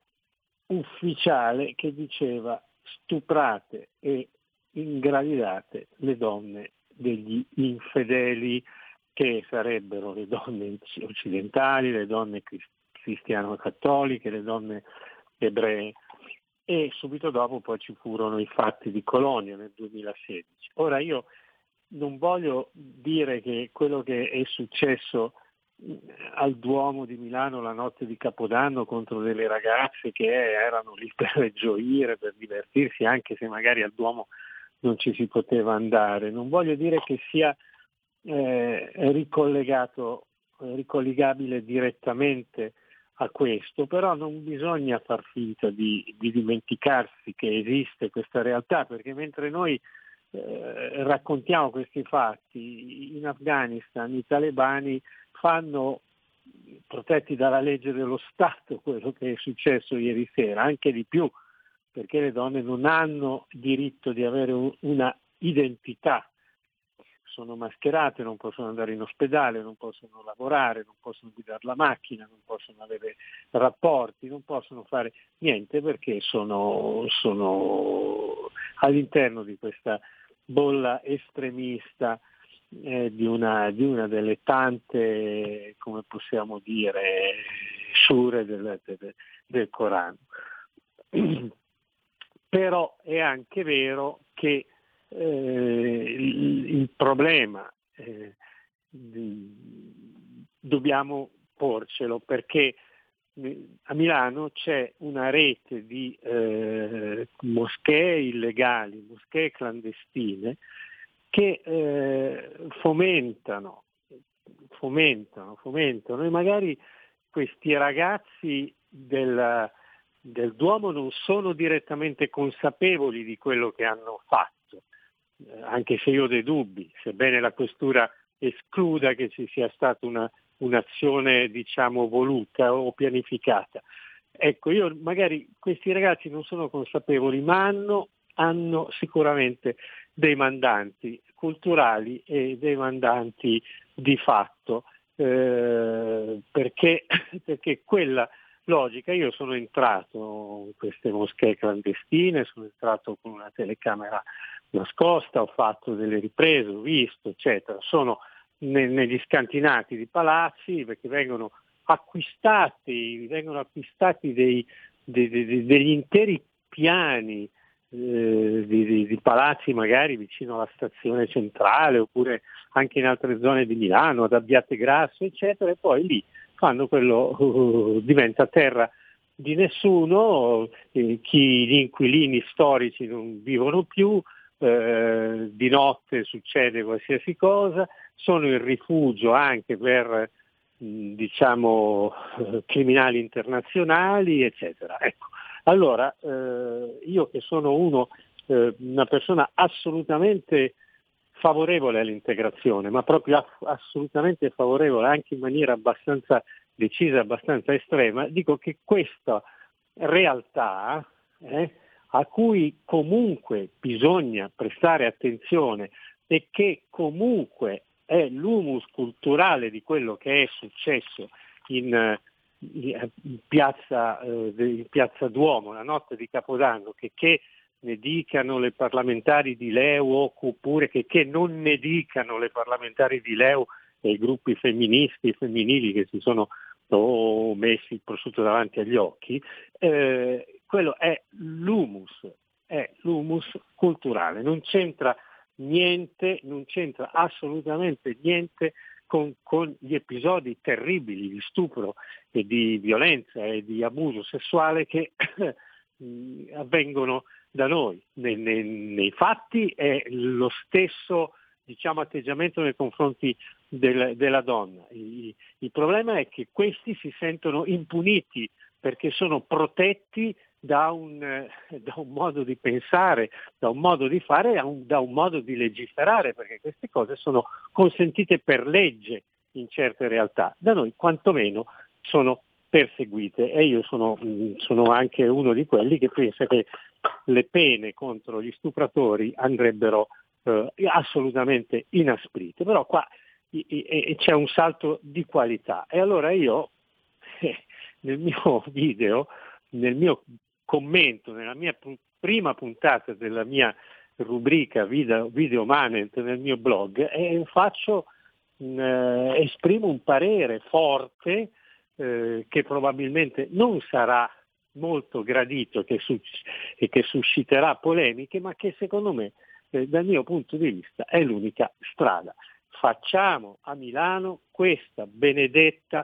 ufficiale che diceva: stuprate e ingravidate le donne degli infedeli, che sarebbero le donne occidentali, le donne cristiane, cristiano-cattoliche, le donne ebree. E subito dopo poi ci furono i fatti di Colonia nel duemilasedici. Ora io non voglio dire che quello che è successo al Duomo di Milano la notte di Capodanno contro delle ragazze che erano lì per gioire, per divertirsi, anche se magari al Duomo non ci si poteva andare, non voglio dire che sia eh, ricollegato, ricollegabile direttamente a questo, però non bisogna far finta di, di dimenticarsi che esiste questa realtà, perché mentre noi eh, raccontiamo questi fatti, in Afghanistan i talebani fanno, protetti dalla legge dello Stato, quello che è successo ieri sera, anche di più, perché le donne non hanno diritto di avere un, una identità, sono mascherate, non possono andare in ospedale, non possono lavorare, non possono guidare la macchina, non possono avere rapporti, non possono fare niente perché sono, sono all'interno di questa bolla estremista eh, di, una, di una delle tante, come possiamo dire, sure del, del, del Corano. Però è anche vero che eh, il, il problema eh, dobbiamo porcelo, perché a Milano c'è una rete di eh, moschee illegali, moschee clandestine che eh, fomentano, fomentano, fomentano e magari questi ragazzi del, del Duomo non sono direttamente consapevoli di quello che hanno fatto, eh, anche se io ho dei dubbi, sebbene la questura escluda che ci sia stata una, un'azione, diciamo, voluta o pianificata. Ecco, io magari questi ragazzi non sono consapevoli, ma hanno, hanno sicuramente dei mandanti culturali e dei mandanti di fatto, eh, perché, perché quella logica, io sono entrato in queste moschee clandestine, sono entrato con una telecamera nascosta, ho fatto delle riprese, ho visto, eccetera, sono ne, negli scantinati di palazzi, perché vengono acquistati, vengono acquistati dei, dei, dei, degli interi piani eh, di, di, di palazzi magari vicino alla stazione centrale oppure anche in altre zone di Milano, ad Abbiategrasso, eccetera, e poi lì fanno quello, uh, diventa terra di nessuno, eh, chi, gli inquilini storici non vivono più, eh, di notte succede qualsiasi cosa, sono il rifugio anche per mh, diciamo eh, criminali internazionali, eccetera. Ecco. Allora, eh, io che sono uno, eh, una persona assolutamente favorevole all'integrazione, ma proprio ass- assolutamente favorevole, anche in maniera abbastanza decisa, abbastanza estrema, dico che questa realtà eh, a cui comunque bisogna prestare attenzione e che comunque è l'humus culturale di quello che è successo in, in, piazza, eh, in piazza Duomo la notte di Capodanno, che, che ne dicano le parlamentari di L E U oppure che, che non ne dicano le parlamentari di L E U e i gruppi femministi e femminili che si sono oh, messi il prosciutto davanti agli occhi, eh, quello è l'humus, è l'humus culturale, non c'entra niente, non c'entra assolutamente niente con, con gli episodi terribili di stupro e di violenza e di abuso sessuale che avvengono da noi. Nei, nei, nei fatti è lo stesso, diciamo, atteggiamento nei confronti del, della donna. Il, il problema è che questi si sentono impuniti perché sono protetti da un, da un modo di pensare, da un modo di fare, da un, da un modo di legiferare, perché queste cose sono consentite per legge in certe realtà. Da noi quantomeno sono perseguite e io sono, sono anche uno di quelli che pensa che le pene contro gli stupratori andrebbero eh, assolutamente inasprite, però qua i, i, c'è un salto di qualità e allora io eh, nel mio video, nel mio commento, nella mia pr- prima puntata della mia rubrica Video, video Manent nel mio blog eh, faccio mh, esprimo un parere forte eh, che probabilmente non sarà molto gradito che su- e che susciterà polemiche, ma che secondo me eh, dal mio punto di vista è l'unica strada. Facciamo a Milano questa benedetta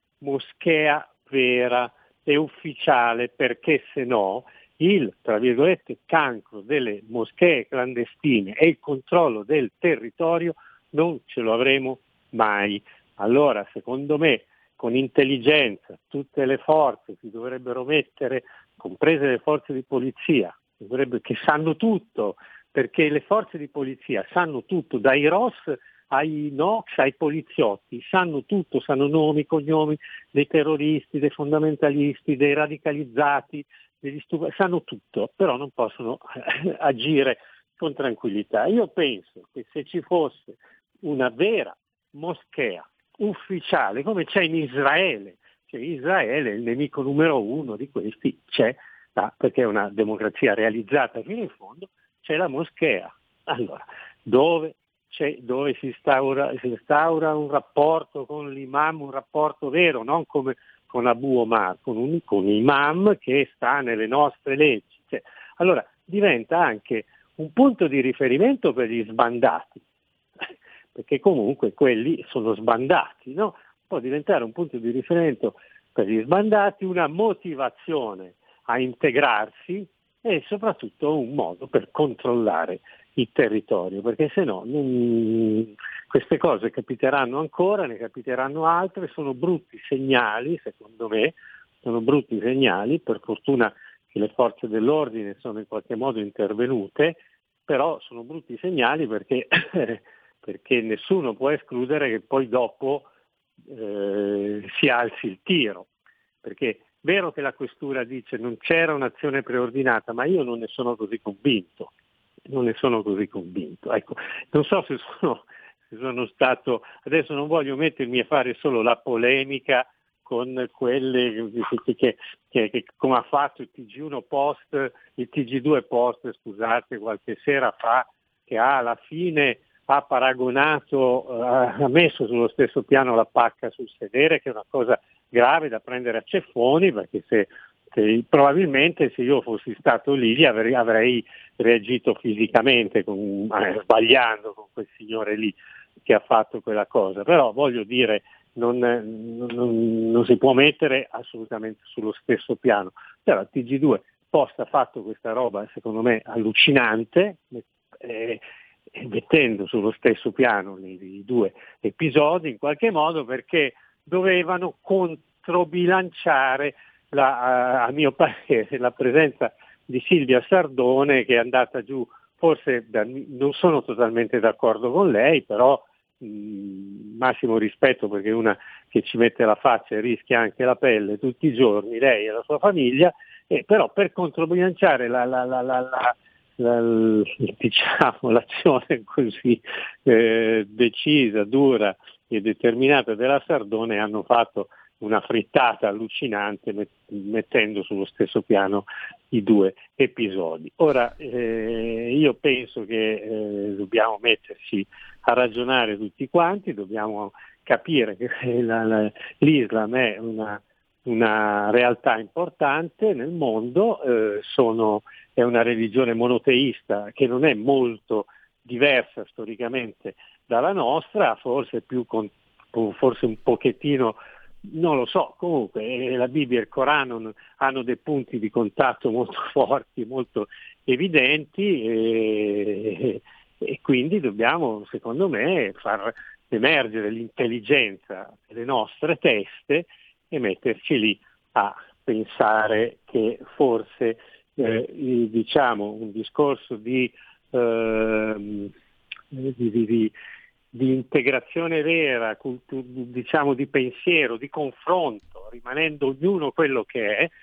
moschea vera e ufficiale, perché se no il, tra virgolette, cancro delle moschee clandestine e il controllo del territorio non ce lo avremo mai. Allora, secondo me, con intelligenza tutte le forze si dovrebbero mettere, comprese le forze di polizia, che sanno tutto, perché le forze di polizia sanno tutto, dai R O S ai N O X, ai poliziotti, sanno tutto, sanno nomi, cognomi dei terroristi, dei fondamentalisti, dei radicalizzati, degli stup- sanno tutto, però non possono agire con tranquillità. Io penso che se ci fosse una vera moschea ufficiale, come c'è in Israele, cioè Israele, il nemico numero uno di questi c'è, ah, perché è una democrazia realizzata fino in fondo, c'è la moschea. Allora, dove c'è, dove si instaura, si instaura un rapporto con l'imam, un rapporto vero, non come con Abu Omar, con un, con un imam che sta nelle nostre leggi. Cioè, allora diventa anche un punto di riferimento per gli sbandati, perché comunque quelli sono sbandati, no? Può diventare un punto di riferimento per gli sbandati, una motivazione a integrarsi e soprattutto un modo per controllare il territorio, perché se no non, queste cose capiteranno ancora, ne capiteranno altre, sono brutti segnali, secondo me, sono brutti segnali, per fortuna che le forze dell'ordine sono in qualche modo intervenute, però sono brutti segnali perché, perché nessuno può escludere che poi dopo eh, si alzi il tiro, perché è vero che la questura dice non c'era un'azione preordinata, ma io non ne sono così convinto. non ne sono così convinto. Ecco, non so se sono, se sono stato, adesso non voglio mettermi a fare solo la polemica con quelle che, che, che, che come ha fatto il T G uno Post, il T G due Post, scusate, qualche sera fa, che ha alla fine ha paragonato, uh, ha messo sullo stesso piano la pacca sul sedere, che è una cosa grave da prendere a ceffoni, perché se probabilmente se io fossi stato lì avrei, avrei reagito fisicamente con, eh, sbagliando con quel signore lì che ha fatto quella cosa, però voglio dire non, non, non si può mettere assolutamente sullo stesso piano. Però il T G due Post ha fatto questa roba secondo me allucinante, eh, mettendo sullo stesso piano i, i due episodi in qualche modo, perché dovevano controbilanciare La, a mio parere la presenza di Silvia Sardone, che è andata giù, forse da, non sono totalmente d'accordo con lei, però mh, massimo rispetto, perché una che ci mette la faccia e rischia anche la pelle tutti i giorni, lei e la sua famiglia, eh, però per controbilanciare la, la, la, la, la, la, diciamo, l'azione così eh, decisa, dura e determinata della Sardone, hanno fatto una frittata allucinante mettendo sullo stesso piano i due episodi. Ora eh, io penso che eh, dobbiamo metterci a ragionare tutti quanti, dobbiamo capire che la, la, l'Islam è una, una realtà importante nel mondo, eh, sono, è una religione monoteista che non è molto diversa storicamente dalla nostra, forse più con, forse un pochettino, non lo so, comunque la Bibbia e il Corano hanno dei punti di contatto molto forti, molto evidenti e, e quindi dobbiamo, secondo me, far emergere l'intelligenza delle nostre teste e metterci lì a pensare che forse eh, diciamo un discorso di, eh, di, di, di di integrazione vera, diciamo di pensiero, di confronto, rimanendo ognuno quello che è,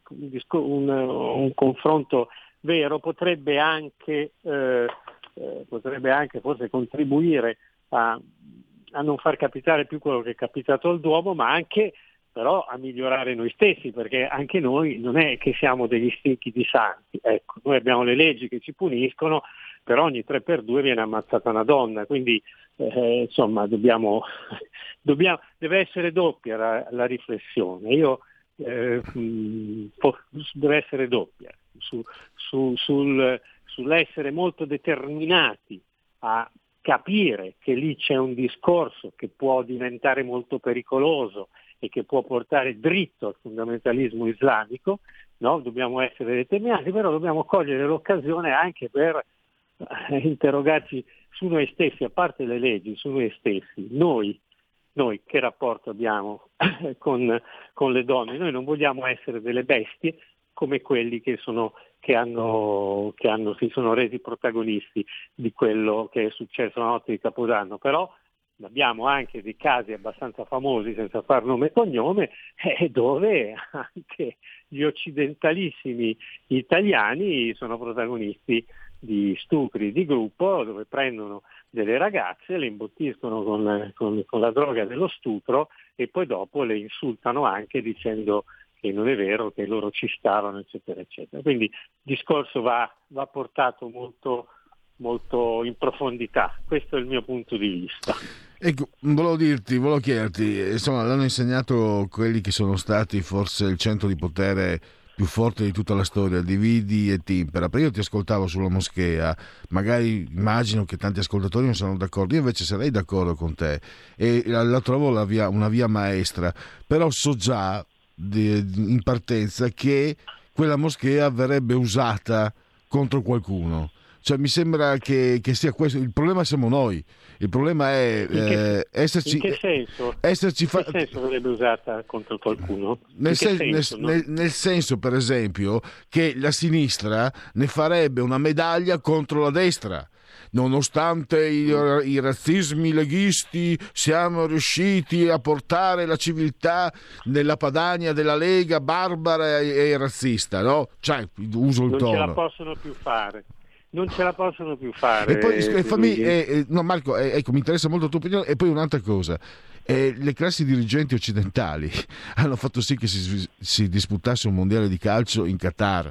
un, un confronto vero potrebbe anche, eh, eh, potrebbe anche forse contribuire a, a non far capitare più quello che è capitato al Duomo, ma anche però a migliorare noi stessi, perché anche noi non è che siamo degli stinchi di santi, ecco, noi abbiamo le leggi che ci puniscono, però ogni tre per due viene ammazzata una donna, quindi eh, insomma dobbiamo, dobbiamo, deve essere doppia la, la riflessione, io eh, deve essere doppia su, su, sul, sull'essere molto determinati a capire che lì c'è un discorso che può diventare molto pericoloso e che può portare dritto al fondamentalismo islamico, no? Dobbiamo essere determinati, però dobbiamo cogliere l'occasione anche per eh, interrogarci su noi stessi, a parte le leggi, su noi stessi, noi, noi che rapporto abbiamo con, con le donne, noi non vogliamo essere delle bestie come quelli che sono che hanno, che hanno si sono resi protagonisti di quello che è successo la notte di Capodanno, però abbiamo anche dei casi abbastanza famosi, senza far nome e cognome, eh, dove anche gli occidentalissimi italiani sono protagonisti di stupri di gruppo, dove prendono delle ragazze, le imbottiscono con, con, con la droga dello stupro e poi dopo le insultano anche dicendo che non è vero, che loro ci stavano, eccetera, eccetera. Quindi il discorso va, va portato molto, molto in profondità. Questo è il mio punto di vista. Ecco, volevo dirti, volevo chiederti, insomma, l'hanno insegnato quelli che sono stati forse il centro di potere più forte di tutta la storia, dividi e timpera. Perché io ti ascoltavo sulla moschea, magari immagino che tanti ascoltatori non sono d'accordo, io invece sarei d'accordo con te e la, la trovo la via, una via maestra, però so già di, in partenza che quella moschea verrebbe usata contro qualcuno. Cioè mi sembra che, che sia questo il problema, siamo noi, il problema è che, eh, esserci in che senso? esserci fa- in che senso verrebbe usata contro qualcuno? nel, sen- senso, nel, nel, nel senso, per esempio, che la sinistra ne farebbe una medaglia contro la destra. Nonostante i, i razzismi leghisti siamo riusciti a portare la civiltà nella Padania della Lega barbara e, e razzista, no? Cioè, uso il non tono. ce la possono più fare. Non ce la possono più fare. E poi e fammi, eh, eh, no Marco, eh, ecco, mi interessa molto la tua opinione. E poi un'altra cosa, eh, le classi dirigenti occidentali hanno fatto sì che si, si disputasse un mondiale di calcio in Qatar,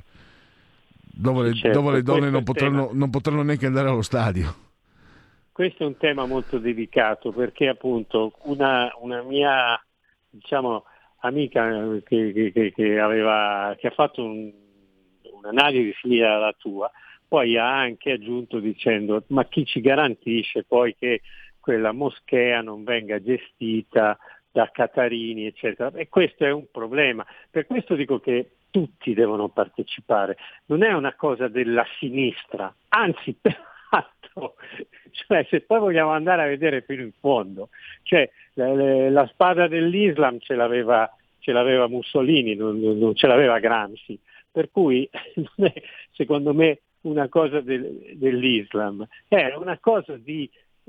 dove le, certo, dove le donne non potranno, tema. non potranno neanche andare allo stadio. Questo è un tema molto delicato, perché appunto una, una mia, diciamo, amica che, che, che, aveva, che ha fatto un, un'analisi simile alla tua, poi ha anche aggiunto dicendo: ma chi ci garantisce poi che quella moschea non venga gestita da qatarini, eccetera? E questo è un problema. Per questo dico che tutti devono partecipare, non è una cosa della sinistra, anzi peraltro, cioè, se poi vogliamo andare a vedere fino in fondo, cioè la, la spada dell'Islam ce l'aveva, ce l'aveva Mussolini, non, non ce l'aveva Gramsci, per cui non è, secondo me, una cosa del, dell'Islam, è una cosa di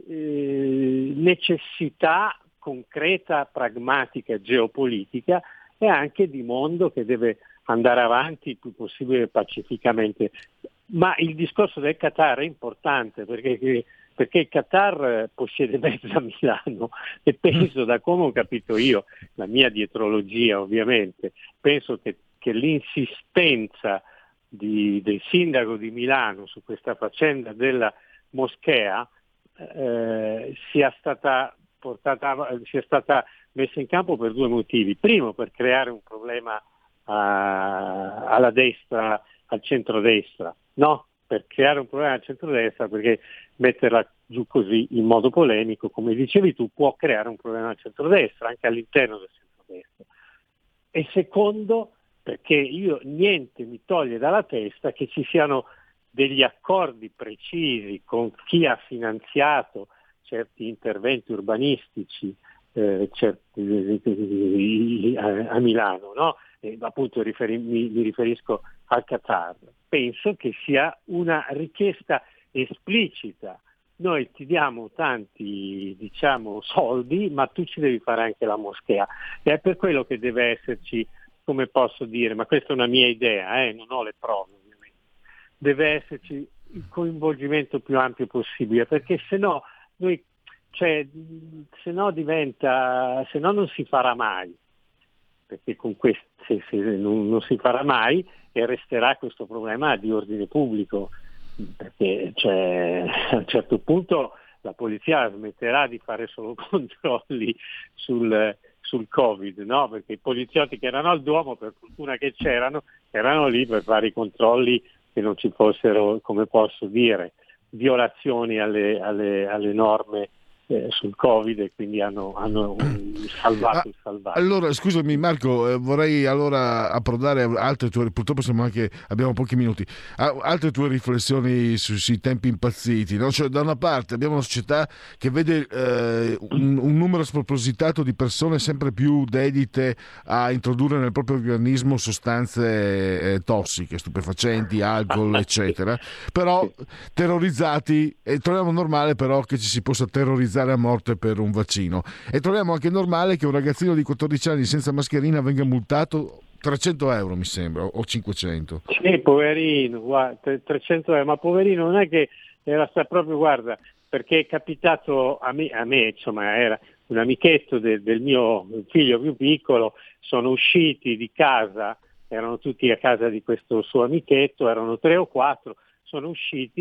eh, necessità concreta, pragmatica, geopolitica e anche di mondo che deve andare avanti il più possibile pacificamente. Ma il discorso del Qatar è importante perché, perché il Qatar possiede mezza Milano e penso, da come ho capito io, la mia dietrologia ovviamente, penso che, che l'insistenza Di, del sindaco di Milano su questa faccenda della moschea eh, sia stata portata, sia stata messa in campo per due motivi. Primo, per creare un problema a, alla destra, al centrodestra, no? Per creare un problema al centrodestra, perché metterla giù così in modo polemico, come dicevi tu, può creare un problema al centrodestra, anche all'interno del centrodestra. E secondo, perché io niente mi toglie dalla testa che ci siano degli accordi precisi con chi ha finanziato certi interventi urbanistici eh, certi, eh, a, a Milano, no? E appunto riferi, mi, mi riferisco al Qatar. Penso che sia una richiesta esplicita. Noi ti diamo tanti, diciamo, soldi, ma tu ci devi fare anche la moschea. E è per quello che deve esserci, come posso dire, ma questa è una mia idea, eh, non ho le prove ovviamente, deve esserci il coinvolgimento più ampio possibile, perché se no noi, cioè, se no diventa, se no non si farà mai, perché con questo se, se non, non si farà mai e resterà questo problema di ordine pubblico, perché cioè, a un certo punto la polizia smetterà di fare solo controlli sul sul Covid, no? Perché i poliziotti che erano al Duomo, per fortuna che c'erano, erano lì per fare i controlli, che non ci fossero, come posso dire, violazioni alle, alle, alle norme eh, sul Covid, e quindi hanno, hanno salvato il salvato. Allora, scusami Marco, eh, vorrei allora approdare altre tue, purtroppo siamo anche, abbiamo pochi minuti, altre tue riflessioni su, sui tempi impazziti, no? Cioè, da una parte abbiamo una società che vede eh, un, un numero spropositato di persone sempre più dedite a introdurre nel proprio organismo sostanze eh, tossiche, stupefacenti, alcol, eccetera, però terrorizzati, e troviamo normale però che ci si possa terrorizzare a morte per un vaccino, e troviamo anche normale che un ragazzino di quattordici anni senza mascherina venga multato trecento euro, mi sembra, o cinquecento. Sì, poverino, guarda, trecento euro, ma poverino non è che era sta proprio, guarda, perché è capitato a me, a me insomma, era un amichetto de, del mio figlio più piccolo, sono usciti di casa, erano tutti a casa di questo suo amichetto, erano tre o quattro, sono usciti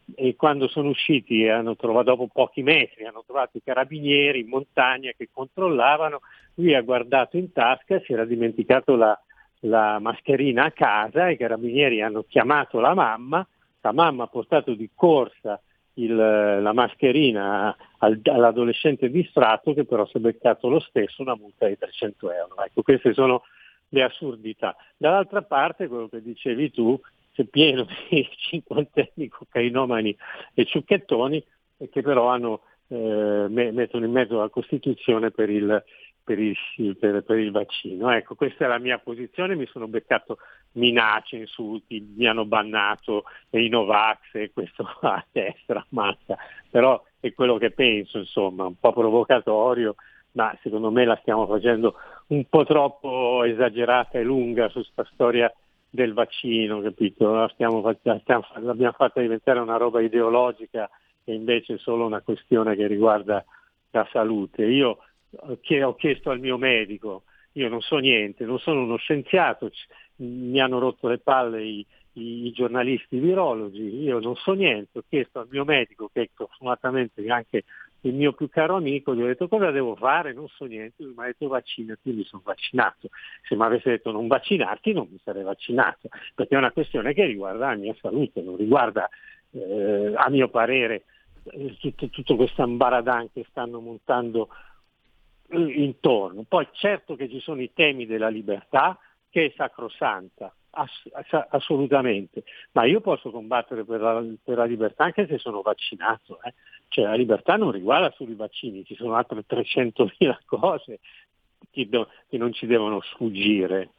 e quando sono usciti hanno trovato, dopo pochi metri, hanno trovato i carabinieri in montagna che controllavano. Lui ha guardato in tasca, si era dimenticato la, la mascherina a casa, i carabinieri hanno chiamato la mamma, la mamma ha portato di corsa il, la mascherina al, all'adolescente distratto, che però si è beccato lo stesso una multa di trecento euro. Ecco, queste sono le assurdità. Dall'altra parte, quello che dicevi tu, c'è pieno di cinquantenni cocainomani e ciucchettoni e che però hanno, eh, mettono in mezzo la Costituzione per il, per, il, per, per il vaccino. Ecco, questa è la mia posizione, mi sono beccato minacce, insulti, mi hanno bannato i Novax e questo a destra, ammazza, però è quello che penso, insomma, un po' provocatorio, ma secondo me la stiamo facendo un po' troppo esagerata e lunga su sta storia del vaccino, capito? La stiamo, stiamo, l'abbiamo fatta diventare una roba ideologica e invece è solo una questione che riguarda la salute. Io che ho chiesto al mio medico, io non so niente, non sono uno scienziato, mi hanno rotto le palle i, i, i giornalisti virologi, io non so niente, ho chiesto al mio medico, che è fortunatamente anche il mio più caro amico, gli ho detto cosa devo fare, non so niente, lui mi ha detto vaccinati, mi sono vaccinato. Se mi avesse detto non vaccinarti non mi sarei vaccinato, perché è una questione che riguarda la mia salute, non riguarda eh, a mio parere eh, tutto, tutto questo ambaradan che stanno montando eh, intorno. Poi certo che ci sono i temi della libertà, che è sacrosanta, ass- assolutamente, ma io posso combattere per la, per la libertà anche se sono vaccinato, eh. Cioè la libertà non riguarda solo i vaccini, ci sono altre trecentomila cose che, do- che non ci devono sfuggire.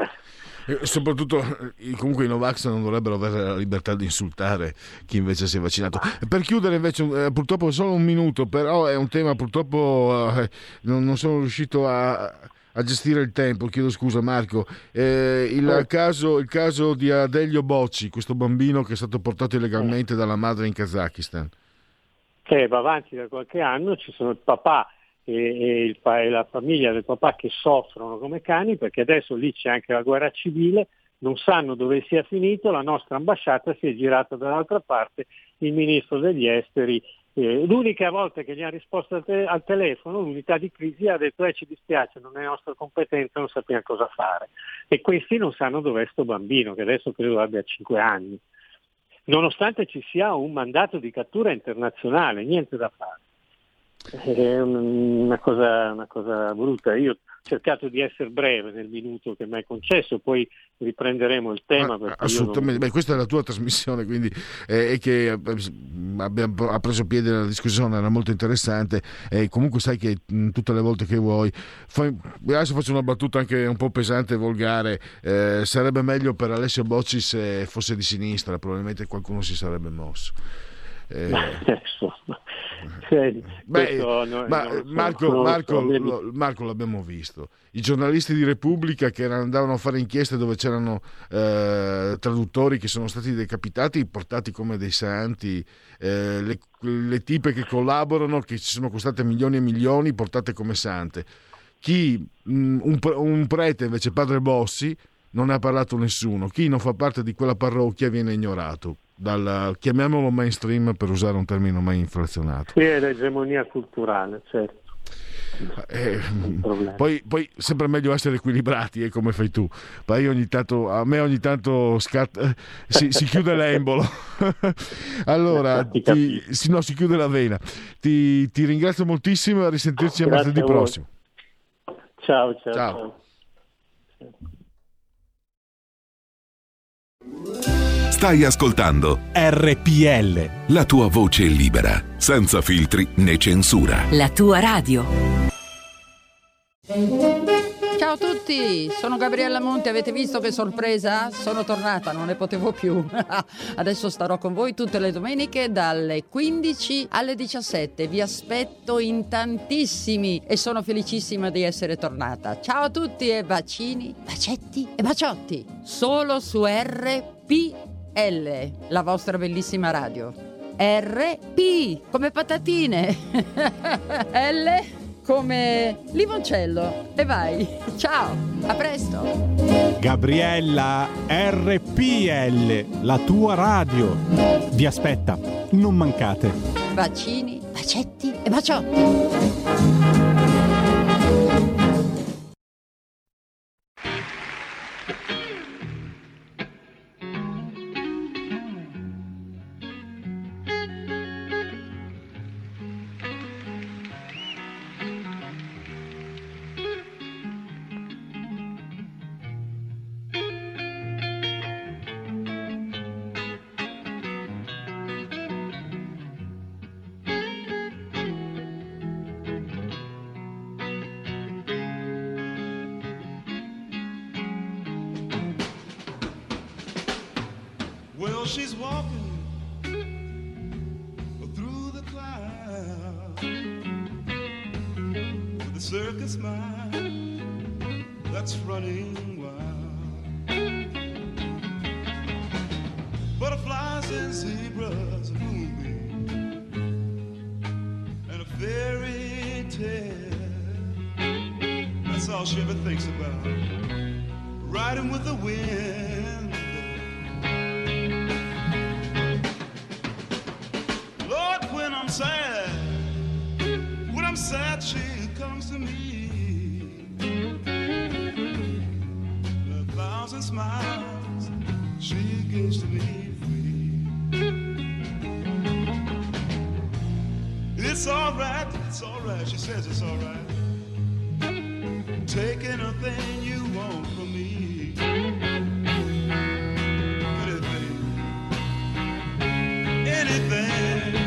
E soprattutto comunque i Novax non dovrebbero avere la libertà di insultare chi invece si è vaccinato. Per chiudere invece eh, purtroppo solo un minuto, però è un tema purtroppo eh, non, non sono riuscito a, a gestire il tempo, chiedo scusa Marco. Eh, il, eh. caso, il caso di Adelio Bocci, questo bambino che è stato portato illegalmente dalla madre in Kazakistan. Che va avanti da qualche anno, ci sono il papà e, e, il, e la famiglia del papà che soffrono come cani, perché adesso lì c'è anche la guerra civile, non sanno dove sia finito, la nostra ambasciata si è girata dall'altra parte, il ministro degli esteri, eh, l'unica volta che gli ha risposto al, te- al telefono, l'unità di crisi ha detto eh ci dispiace, non è nostra competenza, non sappiamo cosa fare, e questi non sanno dov'è sto bambino, che adesso credo abbia cinque anni. Nonostante ci sia un mandato di cattura internazionale, niente da fare. È una cosa, una cosa brutta. Io ho cercato di essere breve nel minuto che mi hai concesso, poi riprenderemo il tema. Ah, assolutamente, non... Beh, questa è la tua trasmissione, quindi eh, è che abbiamo, ha preso piede la discussione, era molto interessante e comunque sai che mh, tutte le volte che vuoi fai, adesso faccio una battuta anche un po' pesante e volgare, eh, sarebbe meglio per Alessio Bocci se fosse di sinistra, probabilmente qualcuno si sarebbe mosso. Eh, Sì, beh, non, ma non, Marco, non, Marco, non, lo, Marco l'abbiamo visto, i giornalisti di Repubblica che andavano a fare inchieste dove c'erano eh, traduttori che sono stati decapitati, portati come dei santi, eh, le, le tipe che collaborano che ci sono costate milioni e milioni portate come sante. Chi mh, un, un prete invece, padre Bossi, non ne ha parlato nessuno. Chi non fa parte di quella parrocchia viene ignorato dal, chiamiamolo mainstream, per usare un termine mai inflazionato. Sì, è l'egemonia culturale, certo. Eh, poi, poi sempre meglio essere equilibrati, eh, come fai tu. Poi ogni tanto, a me ogni tanto scatta, si, si chiude l'embolo. Allora ti, si, no, si chiude la vena. Ti, ti ringrazio moltissimo e a risentirci a martedì prossimo. Ciao, ciao, ciao. ciao. Stai ascoltando R P L, la tua voce libera, senza filtri né censura. La tua radio. Ciao a tutti, sono Gabriella Monti, avete visto che sorpresa? Sono tornata, non ne potevo più. Adesso starò con voi tutte le domeniche dalle quindici alle diciassette. Vi aspetto in tantissimi e sono felicissima di essere tornata. Ciao a tutti e bacini, bacetti e baciotti. Solo su R P L, la vostra bellissima radio. R P come patatine. L come limoncello. E vai, ciao, a presto. Gabriella, R P L, la tua radio, vi aspetta non mancate. Bacini, bacetti e baciotti. Well, she's walking through the clouds with a circus smile that's running wild. Butterflies and zebras, a moonbeam, and a fairy tale. That's all she ever thinks about. Riding with the wind. I'm sad, when I'm sad she comes to me. A thousand smiles she gives to me free. It's alright, it's alright, she says it's alright. Take anything you want from me. Anything, anything.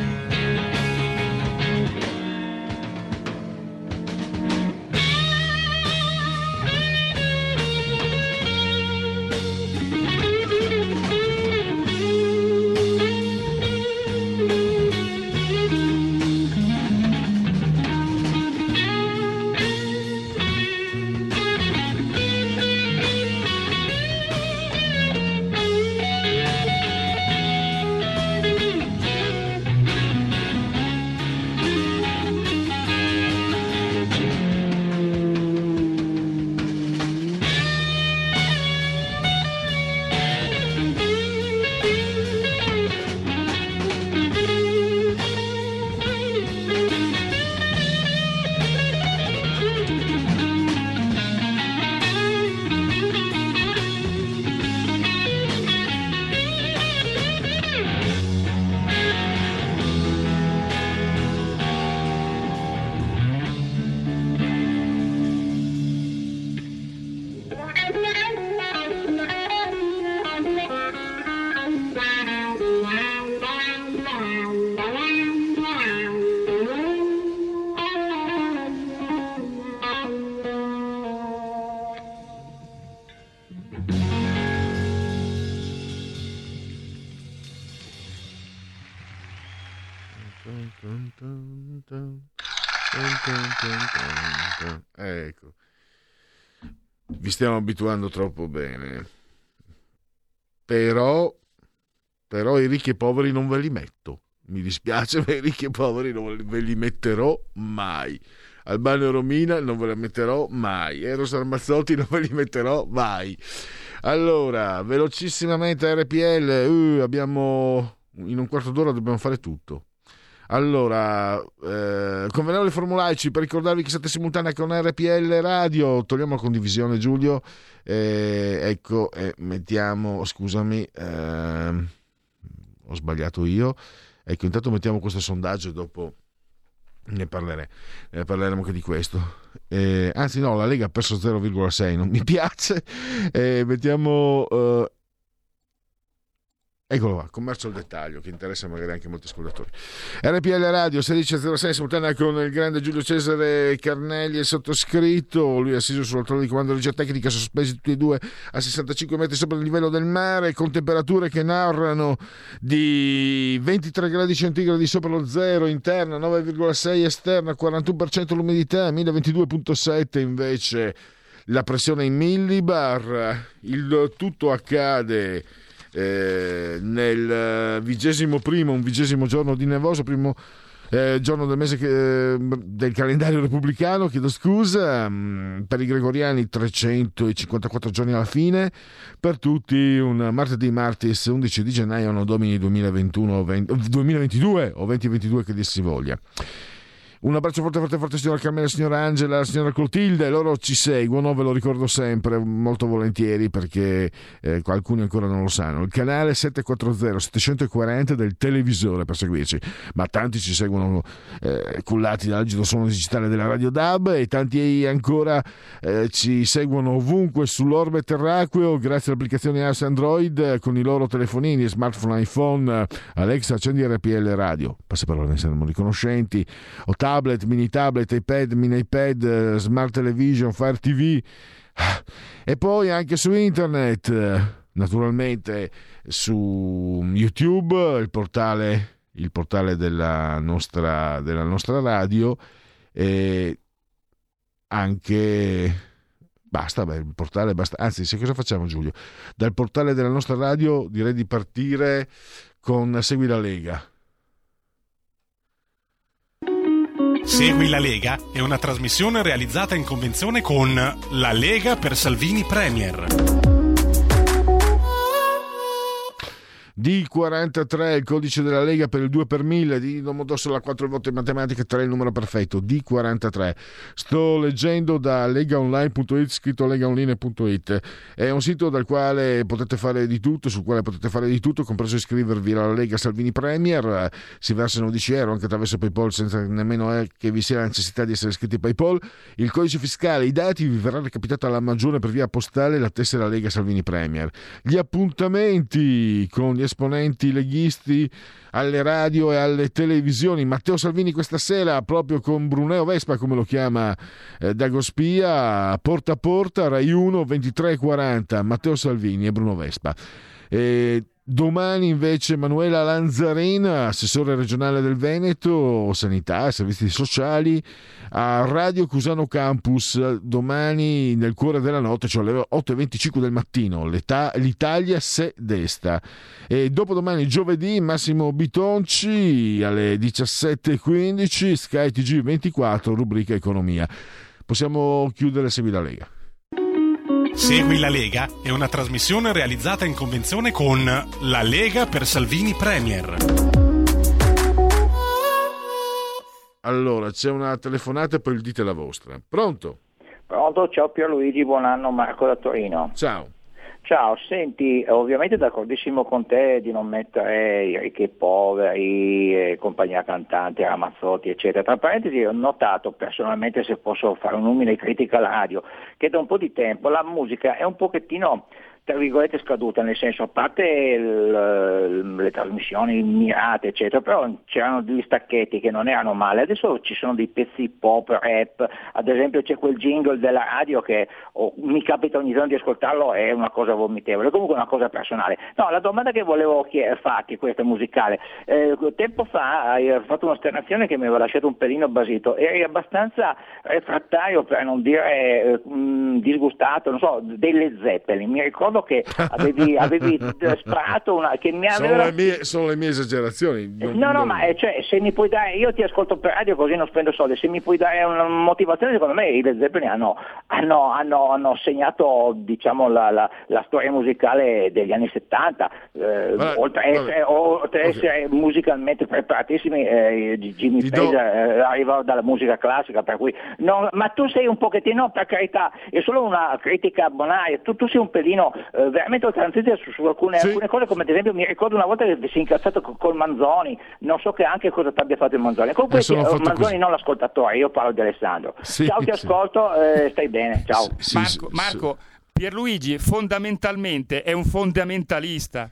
Ecco, vi stiamo abituando troppo bene, però però i ricchi e poveri non ve li metto, mi dispiace, ma i ricchi e poveri non ve li metterò mai. Albano e Romina non ve la metterò mai, Eros Ramazzotti non ve li metterò mai. Allora, velocissimamente R P L, uh, abbiamo in un quarto d'ora dobbiamo fare tutto. Allora, eh, convenevole formulaici per ricordarvi che siete simultanea con R P L Radio. Togliamo la condivisione, Giulio. Eh, ecco, eh, mettiamo, scusami, eh, ho sbagliato io. Ecco, intanto mettiamo questo sondaggio e dopo ne, parlere, ne parleremo anche di questo. Eh, anzi, no, la Lega ha perso zero virgola sei, non mi piace. Eh, mettiamo. Eh, Eccolo qua, commercio al dettaglio, che interessa magari anche molti ascoltatori. R P L Radio sedici zero sei, simultanea con il grande Giulio Cesare Carnelli e sottoscritto. Lui è assiso sulla torre di comando di regia tecnica, sospesi tutti e due a sessantacinque metri sopra il livello del mare, con temperature che narrano di ventitré gradi centigradi sopra lo zero, interna nove virgola sei, esterna quarantuno per cento l'umidità, mille ventidue virgola sette invece la pressione in millibar. Il tutto accade Eh, nel vigesimo primo, un vigesimo giorno di nevoso, primo eh, giorno del mese che, del calendario repubblicano, chiedo scusa, mh, per i gregoriani trecentocinquantaquattro giorni alla fine, per tutti un martedì martis undici di gennaio, anno domini duemilaventuno, venti, duemilaventidue o duemilaventidue che dir si voglia. Un abbraccio forte forte forte signora Carmela, signora Angela, signora Clotilde, loro ci seguono, ve lo ricordo sempre molto volentieri perché eh, alcuni ancora non lo sanno, il canale settecentoquaranta settecentoquaranta del televisore per seguirci, ma tanti ci seguono eh, cullati dall'agido suono digitale della Radio D A B e tanti ancora eh, ci seguono ovunque sull'orbe terracqueo grazie all'applicazione iOS Android eh, con i loro telefonini, smartphone, iPhone. Alexa, accendi R P L Radio, passaparola, ne saremo riconoscenti, o tablet, mini tablet, iPad, mini iPad, smart television, Fire T V, e poi anche su internet, naturalmente su YouTube, il portale, il portale della nostra, della nostra radio, e anche basta, beh, il portale basta. Anzi, sai cosa facciamo, Giulio? Dal portale della nostra radio direi di partire con Segui la Lega. Segui la Lega è una trasmissione realizzata in convenzione con La Lega per Salvini Premier. D quarantatré, il codice della Lega per il due per mille, di Domodossola quattro volte in matematica, tre il numero perfetto, D quarantatré. Sto leggendo da legaonline punto it, scritto legaonline punto it. È un sito dal quale potete fare di tutto, sul quale potete fare di tutto, compreso iscrivervi alla Lega Salvini Premier. Si versano dieci euro anche attraverso PayPal senza nemmeno che vi sia la necessità di essere iscritti a PayPal. Il codice fiscale, i dati, vi verrà recapitata alla maggiore per via postale la tessera Lega Salvini Premier. Gli appuntamenti con gli esponenti leghisti alle radio e alle televisioni. Matteo Salvini questa sera proprio con Bruneo Vespa, come lo chiama eh, Dagospia, porta a porta, Rai uno, ventitré e quaranta, Matteo Salvini e Bruno Vespa. E domani invece Manuela Lanzarena, assessore regionale del Veneto, sanità e servizi sociali, a Radio Cusano Campus, domani nel cuore della notte, cioè alle otto e venticinque del mattino, l'età, l'Italia se desta. E dopodomani giovedì Massimo Bitonci alle diciassette e quindici, Sky T G ventiquattro, rubrica Economia. Possiamo chiudere Segui la Lega. Segui la Lega è una trasmissione realizzata in convenzione con La Lega per Salvini Premier. Allora, c'è una telefonata e poi dite la vostra. Pronto? Pronto, ciao Pierluigi, buon anno, Marco da Torino. Ciao. Ciao, senti, ovviamente d'accordissimo con te di non mettere i ricchi e poveri, e compagnia cantante, Ramazzotti, eccetera. Tra parentesi, ho notato personalmente, se posso fare un'umile critica alla radio, che da un po' di tempo la musica è un pochettino, tra virgolette, scaduta, nel senso, a parte il, le trasmissioni mirate eccetera, però c'erano degli stacchetti che non erano male. Adesso ci sono dei pezzi pop, rap, ad esempio c'è quel jingle della radio che oh, mi capita ogni giorno di ascoltarlo, è una cosa vomitevole, comunque una cosa personale. No, la domanda che volevo chied- farti, questa musicale, eh, tempo fa hai fatto un'osternazione che mi aveva lasciato un pelino basito, eri abbastanza refrattario, per non dire eh, mh, disgustato, non so, delle Zeppelin. Mi ricordo che avevi, avevi sparato una che mi aveva... sono, le mie, sono le mie esagerazioni. Non, no no non... ma cioè, se mi puoi dare, io ti ascolto per radio così non spendo soldi, se mi puoi dare una motivazione, secondo me i Led Zeppelin hanno, hanno, hanno, hanno segnato, diciamo, la, la, la storia musicale degli anni settanta, eh, vabbè, oltre a essere, oltre okay. essere musicalmente preparatissimi, eh, Jimmy Page do... eh, arrivava dalla musica classica, per cui no, ma tu sei un pochettino, per carità, è solo una critica bonaria, tu, tu sei un pelino Uh, veramente oltranzista su, su alcune, sì. alcune cose, come ad esempio mi ricordo una volta che si è incazzato col, col Manzoni, non so che anche cosa ti abbia fatto il Manzoni. Comunque eh, Manzoni così. Non l'ascoltatore, io parlo di Alessandro. Sì, ciao, ti sì. ascolto, eh, stai bene, ciao. Sì, Marco, Marco Pierluigi fondamentalmente è un fondamentalista.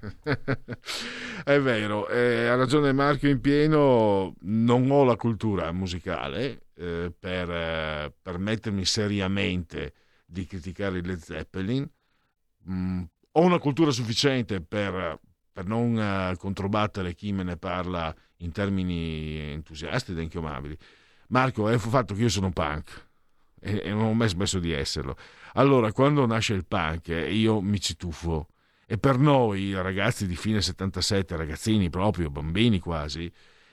È vero, eh, ha ragione Marco in pieno, non ho la cultura musicale eh, per eh, permettermi seriamente di criticare i Led Zeppelin. Mm, ho una cultura sufficiente per, per non uh, controbattere chi me ne parla in termini entusiasti ed inchiomabili. Marco, è il fatto che io sono punk e, e non ho mai smesso di esserlo. Allora, quando nasce il punk, eh, io mi ci tuffo, e per noi ragazzi di fine settantasette, ragazzini proprio, bambini quasi,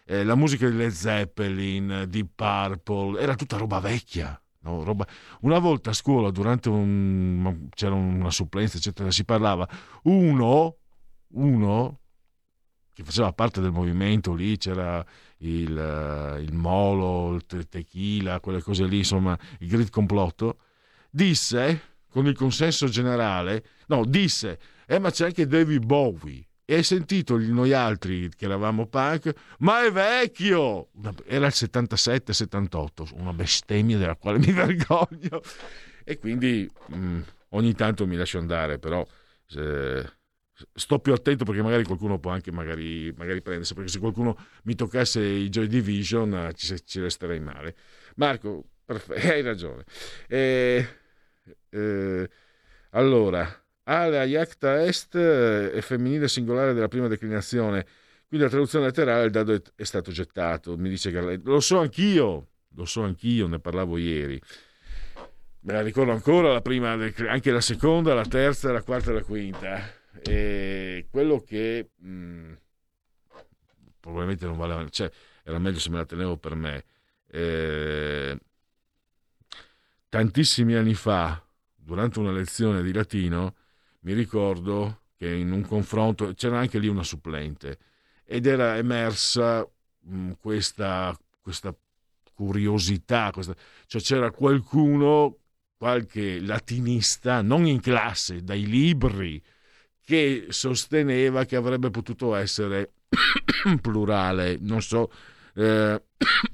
eh, la musica di Led Zeppelin, Deep Purple, era tutta roba vecchia. No, roba... Una volta a scuola, durante un... c'era una supplenza, eccetera, si parlava uno, uno che faceva parte del movimento lì, c'era il, il Molo, il Tequila, quelle cose lì, insomma, il Great Complotto, disse, con il consenso generale, no, disse, eh ma c'è anche David Bowie, e hai sentito noi altri che eravamo punk, ma è vecchio, era il settantasette settantotto, una bestemmia della quale mi vergogno, e quindi mh, ogni tanto mi lascio andare, però eh, sto più attento perché magari qualcuno può anche magari, magari prendersi, perché se qualcuno mi toccasse i Joy Division ci, ci resterei male. Marco, perfe- hai ragione. Eh, eh, allora, Alea Iacta Est è femminile singolare della prima declinazione, quindi la traduzione letterale il dado è, è stato gettato, mi dice Garletto. Lo so anch'io, lo so anch'io, ne parlavo ieri. Me la ricordo ancora, la prima, anche la seconda, la terza, la quarta e la quinta. E quello che mh, probabilmente non valeva, cioè era meglio se me la tenevo per me. Eh, tantissimi anni fa, durante una lezione di latino, mi ricordo che in un confronto c'era anche lì una supplente ed era emersa mh, questa, questa curiosità, questa, cioè c'era qualcuno, qualche latinista, non in classe, dai libri, che sosteneva che avrebbe potuto essere plurale, non so, eh,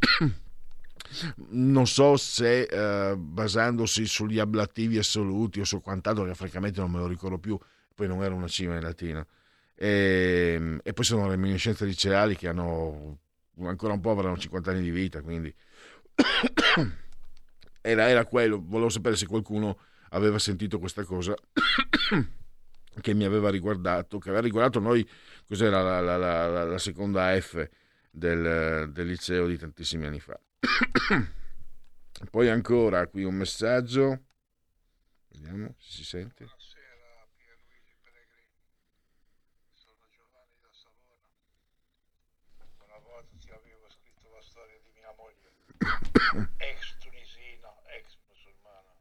non so se eh, basandosi sugli ablativi assoluti o su quant'altro, che francamente non me lo ricordo più, poi non era una cima in latino, e, e poi sono reminiscenze liceali che hanno ancora un po', avranno cinquanta anni di vita, quindi era, era quello, volevo sapere se qualcuno aveva sentito questa cosa che mi aveva riguardato, che aveva riguardato noi, cos'era la, la, la, la seconda F del, del liceo di tantissimi anni fa. Poi ancora qui un messaggio, vediamo se si sente. Buonasera Pierluigi Pellegrini, sono Giovanni da Savona. Una volta ti avevo scritto la storia di mia moglie, ex tunisina, ex musulmana.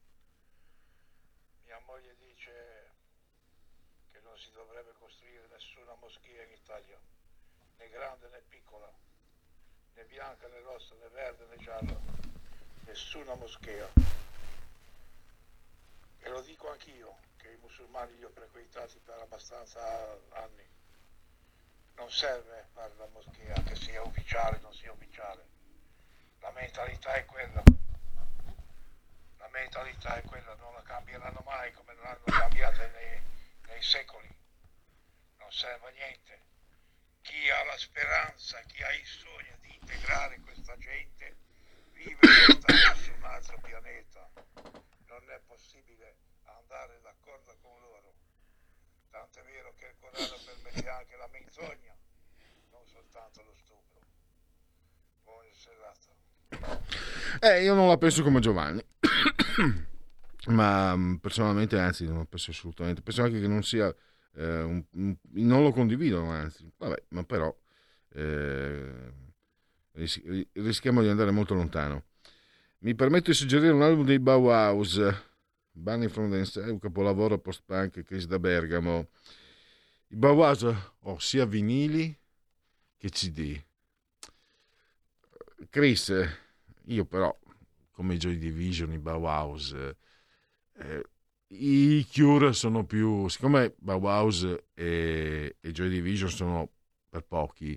Mia moglie dice che non si dovrebbe costruire nessuna moschea in Italia, né grande né piccola, né bianca né rossa né verde né gialla, nessuna moschea. E lo dico anch'io, che i musulmani li ho frequentati per abbastanza anni. Non serve fare la moschea, che sia ufficiale o non sia ufficiale. La mentalità è quella. La mentalità è quella, non la cambieranno mai come non l'hanno cambiata nei, nei secoli. Non serve a niente. Chi ha la speranza, chi ha il sogno di integrare questa gente, vive su un altro pianeta. Non è possibile andare d'accordo con loro. Tanto è vero che il Corano permette anche la menzogna, non soltanto lo stupro. Buona serata. Eh, io non la penso come Giovanni. Ma personalmente, anzi, non la penso assolutamente. Penso anche che non sia... Eh, un, un, non lo condivido, anzi, vabbè, ma però eh, ris- rischiamo di andare molto lontano. Mi permetto di suggerire un album dei Bauhaus, Burning from the Inside, un capolavoro post-punk, Chris da Bergamo. I Bauhaus ho oh, sia vinili che C D. Chris, io però, come i Joy Division, i Bauhaus, eh, i Cure sono più, siccome Bauhaus e, e Joy Division sono per pochi,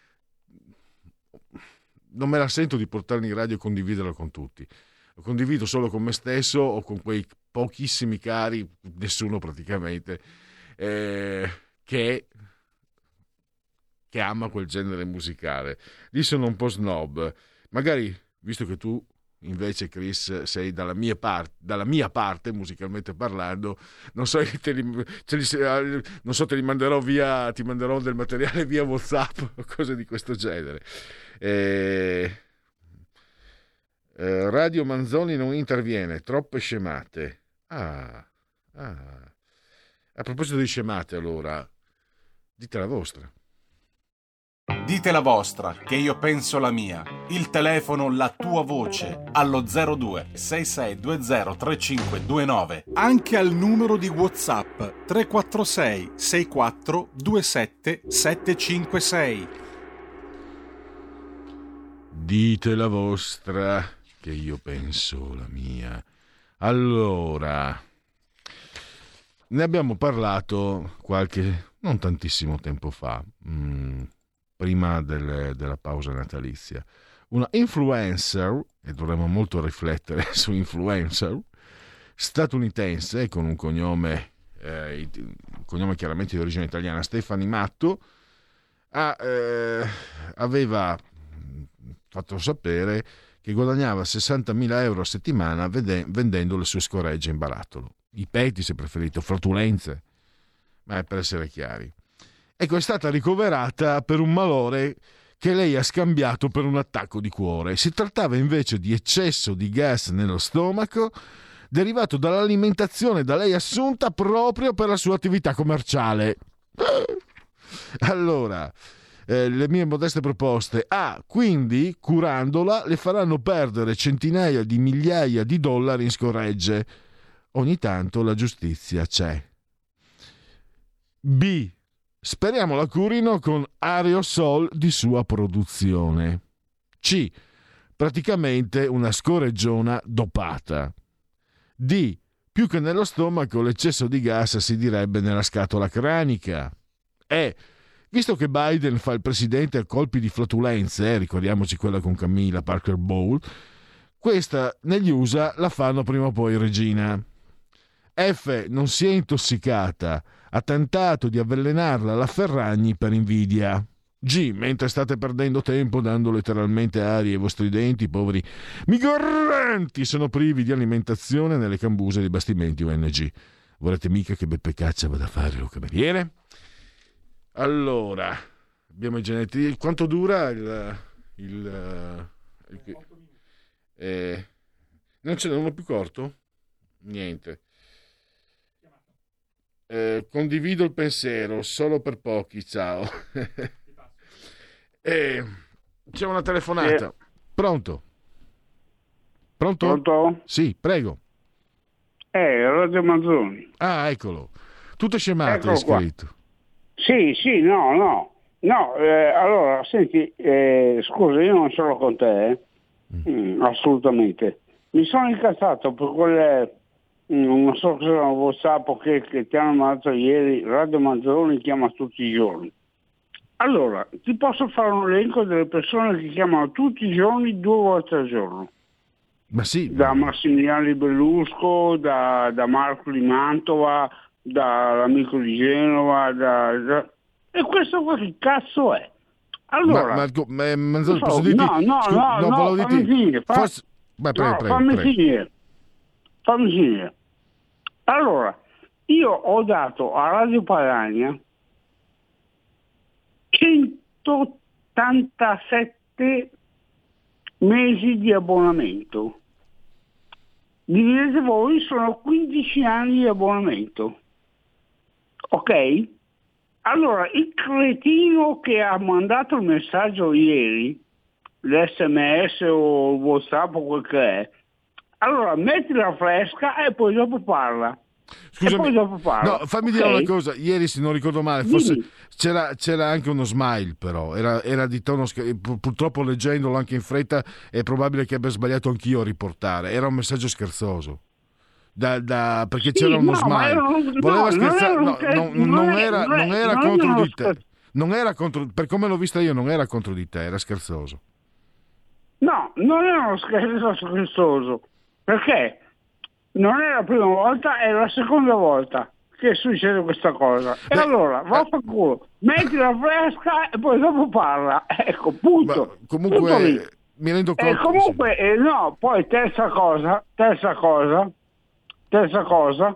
non me la sento di portarli in radio e condividerlo con tutti. Lo condivido solo con me stesso o con quei pochissimi cari, nessuno praticamente, eh, che, che ama quel genere musicale. Lì sono un po' snob. Magari, visto che tu invece, Chris, sei dalla mia parte, dalla mia parte musicalmente parlando, non so, te li, te li, non so, te li manderò via, ti manderò del materiale via WhatsApp o cose di questo genere. Eh, eh, Radio Manzoni non interviene, troppe scemate. Ah, ah. A proposito di scemate, allora, dite la vostra. Dite la vostra, che io penso la mia. Il telefono, la tua voce, allo zero due sei sei due zero tre cinque due nove. Anche al numero di WhatsApp tre quattro sei sei quattro due sette sette cinque sei. Dite la vostra, che io penso la mia. Allora, ne abbiamo parlato qualche, non tantissimo tempo fa, mh, prima del, della pausa natalizia. Una influencer, e dovremmo molto riflettere su influencer, statunitense con un cognome, eh, un cognome chiaramente di origine italiana, Stefani Matto, ha, eh, aveva fatto sapere che guadagnava sessantamila euro a settimana vede- vendendo le sue scoregge in barattolo. I petti, se preferito, flatulenze, ma è per essere chiari. Ecco, è stata ricoverata per un malore che lei ha scambiato per un attacco di cuore. Si trattava invece di eccesso di gas nello stomaco derivato dall'alimentazione da lei assunta proprio per la sua attività commerciale. Allora, eh, le mie modeste proposte: A, quindi curandola le faranno perdere centinaia di migliaia di dollari in scoregge. Ogni tanto la giustizia c'è. B, speriamo la curino con aerosol di sua produzione. C, praticamente una scoreggiona dopata. D, più che nello stomaco l'eccesso di gas si direbbe nella scatola cranica. E, visto che Biden fa il presidente a colpi di flatulenze, eh, ricordiamoci quella con Camilla Parker Bowl, questa negli U S A la fanno prima o poi regina. F, non si è intossicata, ha tentato di avvelenarla la Ferragni per invidia. G, mentre state perdendo tempo dando letteralmente aria ai vostri denti, poveri migranti sono privi di alimentazione nelle cambuse dei bastimenti O N G. Volete mica che Beppe Caccia vada a fare lo cameriere? Allora, abbiamo i geneti. Quanto dura il... il, il eh, non ce n'è uno più corto? Niente. Eh, condivido il pensiero solo per pochi, ciao. eh, c'è una telefonata. Eh. Pronto? Pronto? Pronto? Sì, prego. Eh, Radio Manzoni. Ah, eccolo. Tutte scemate Eccolo hai scritto. Qua. Sì, sì, no, no. No, eh, allora, senti, eh, scusa, io non ce l'ho con te, eh. mm, assolutamente. Mi sono incazzato per quelle... non so se era un WhatsApp che, che ti hanno mandato ieri. Radio Manzoni chiama tutti i giorni. Allora, ti posso fare un elenco delle persone che chiamano tutti i giorni due volte al giorno. Ma sì. Da Massimiliano di Bellusco, da, da Marco di Mantova, dall'amico di Genova, da, da... e questo qua che cazzo è? Allora, ma, ma, ma, Manzoni, so, posso dirti? no, no, Scu- no, no, no, volevo fammi dirti... finire, fa... Forse... Beh, prego, no, prego, fammi prego. finire. Fammi finire. Allora, io ho dato a Radio Padania centottantasette mesi di abbonamento. Dividete voi, sono quindici anni di abbonamento. Ok? Allora, il cretino che ha mandato il messaggio ieri, l'esse emme esse o il WhatsApp o quel che è, allora mettila fresca e poi dopo parla. Scusami, e poi dopo parla. no, fammi Okay? dire una cosa. Ieri, se non ricordo male, forse Dimmi. c'era, c'era anche uno smile, però era, era di tono scher- pur- purtroppo leggendolo anche in fretta è probabile che abbia sbagliato anch'io a riportare. Era un messaggio scherzoso. Da, da, perché Sì, c'era uno no, smile. ma era un- Voleva no, scherzare, non no, era un non, scher- non non è- era, non è- non era non contro era uno di te. scher- Non era contro, per come l'ho vista io, non era contro di te, era scherzoso. No, non è uno scherzo scherzoso, perché non è la prima volta, è la seconda volta che succede questa cosa. E Beh, allora, vaffanculo, mettila fresca e poi dopo parla. Ecco, punto. Ma comunque Tutto lì. mi rendo E conto. comunque, eh, no, poi terza cosa, terza cosa, terza cosa,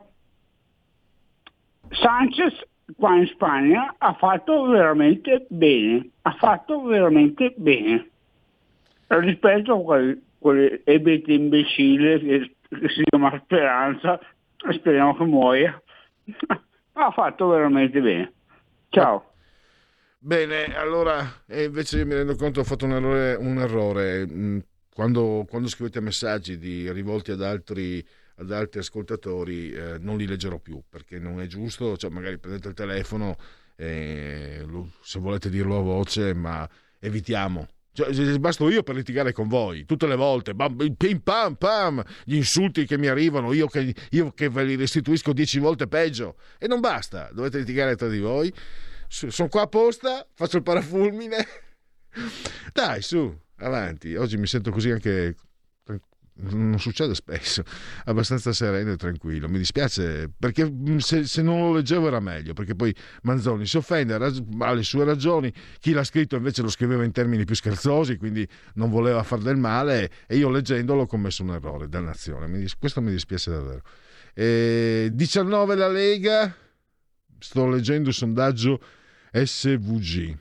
Sanchez qua in Spagna ha fatto veramente bene, ha fatto veramente bene rispetto a quel, quell'ebete imbecille che, che si chiama Speranza, speriamo che muoia. Ha fatto veramente bene. Ciao. Bene, allora, e invece io mi rendo conto ho fatto un errore, un errore. Quando, quando scrivete messaggi di, rivolti ad altri, ad altri ascoltatori, eh, non li leggerò più, perché non è giusto, cioè magari prendete il telefono, eh, lo, se volete dirlo a voce, ma evitiamo. Cioè, basto io per litigare con voi tutte le volte, bam, pim pam pam, gli insulti che mi arrivano, io che, io che ve li restituisco dieci volte peggio, e non basta, dovete litigare tra di voi. Sono qua apposta, faccio il parafulmine. Dai, su, avanti. Oggi mi sento così anche, non succede spesso, abbastanza sereno e tranquillo. Mi dispiace, perché se, se non lo leggevo era meglio, perché poi Manzoni si offende, ha le sue ragioni, chi l'ha scritto invece lo scriveva in termini più scherzosi, quindi non voleva far del male, e io leggendolo ho commesso un errore, dannazione. Mi, questo mi dispiace davvero. E diciannove la Lega, sto leggendo il sondaggio S V G,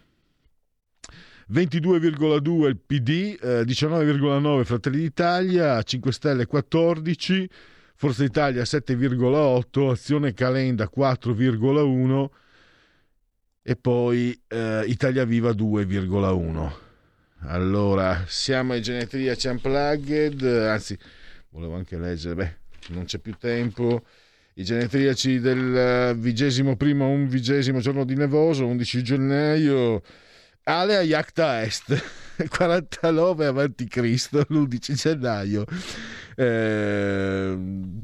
ventidue virgola due il P D, eh, diciannove virgola nove Fratelli d'Italia, cinque Stelle quattordici, Forza Italia sette virgola otto, Azione Calenda quattro virgola uno e poi eh, Italia Viva due virgola uno. Allora, siamo ai Genetriaci Unplugged, anzi, volevo anche leggere, beh, non c'è più tempo. I genetriaci del vigesimo primo un vigesimo giorno di nevoso, undici gennaio, Ale a Iacta Est, quarantanove avanti Cristo, l'undici gennaio. Eh,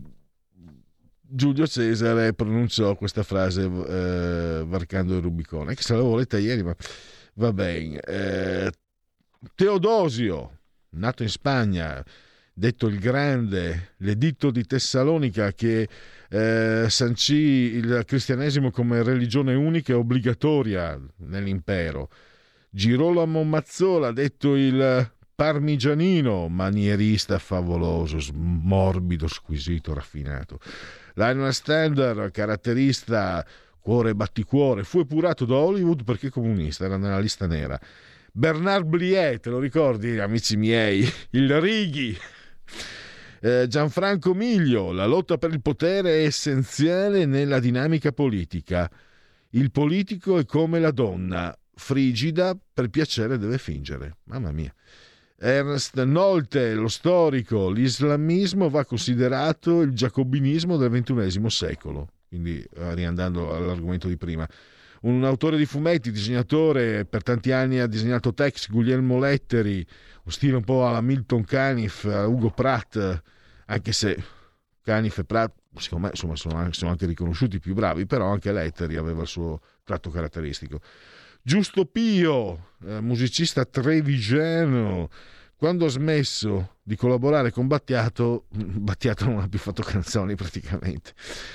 Giulio Cesare pronunciò questa frase eh, varcando il Rubicone, anche se l'avevo letta ieri, ma va bene. Eh, Teodosio, nato in Spagna, detto il Grande, l'editto di Tessalonica che eh, sancì il cristianesimo come religione unica e obbligatoria nell'impero. Girolamo Mazzola, detto il Parmigianino, manierista favoloso, morbido, squisito, raffinato. Lionel Stander, caratterista, cuore e batticuore, fu epurato da Hollywood perché comunista, era nella lista nera. Bernard Blier, te lo ricordi, amici miei? Il Righi. Eh, Gianfranco Miglio, la lotta per il potere è essenziale nella dinamica politica. Il politico è come la donna, frigida, per piacere deve fingere. Mamma mia. Ernst Nolte, lo storico, l'islamismo va considerato il giacobinismo del ventunesimo secolo, quindi riandando all'argomento di prima. Un autore di fumetti, disegnatore, per tanti anni ha disegnato Tex, Guglielmo Letteri, un stile un po' alla Milton Caniff, a Ugo Pratt, anche se Caniff e Pratt secondo me insomma, sono, anche, sono anche riconosciuti più bravi, però anche Letteri aveva il suo tratto caratteristico. Giusto Pio, eh, musicista trevigiano, quando ha smesso di collaborare con Battiato, Battiato non ha più fatto canzoni praticamente.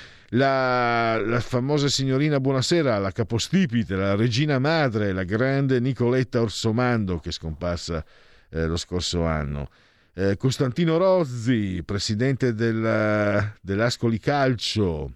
La, la famosa signorina Buonasera, la capostipite, la regina madre, la grande Nicoletta Orsomando, che è scomparsa eh, lo scorso anno. Eh, Costantino Rozzi, presidente del, dell'Ascoli Calcio.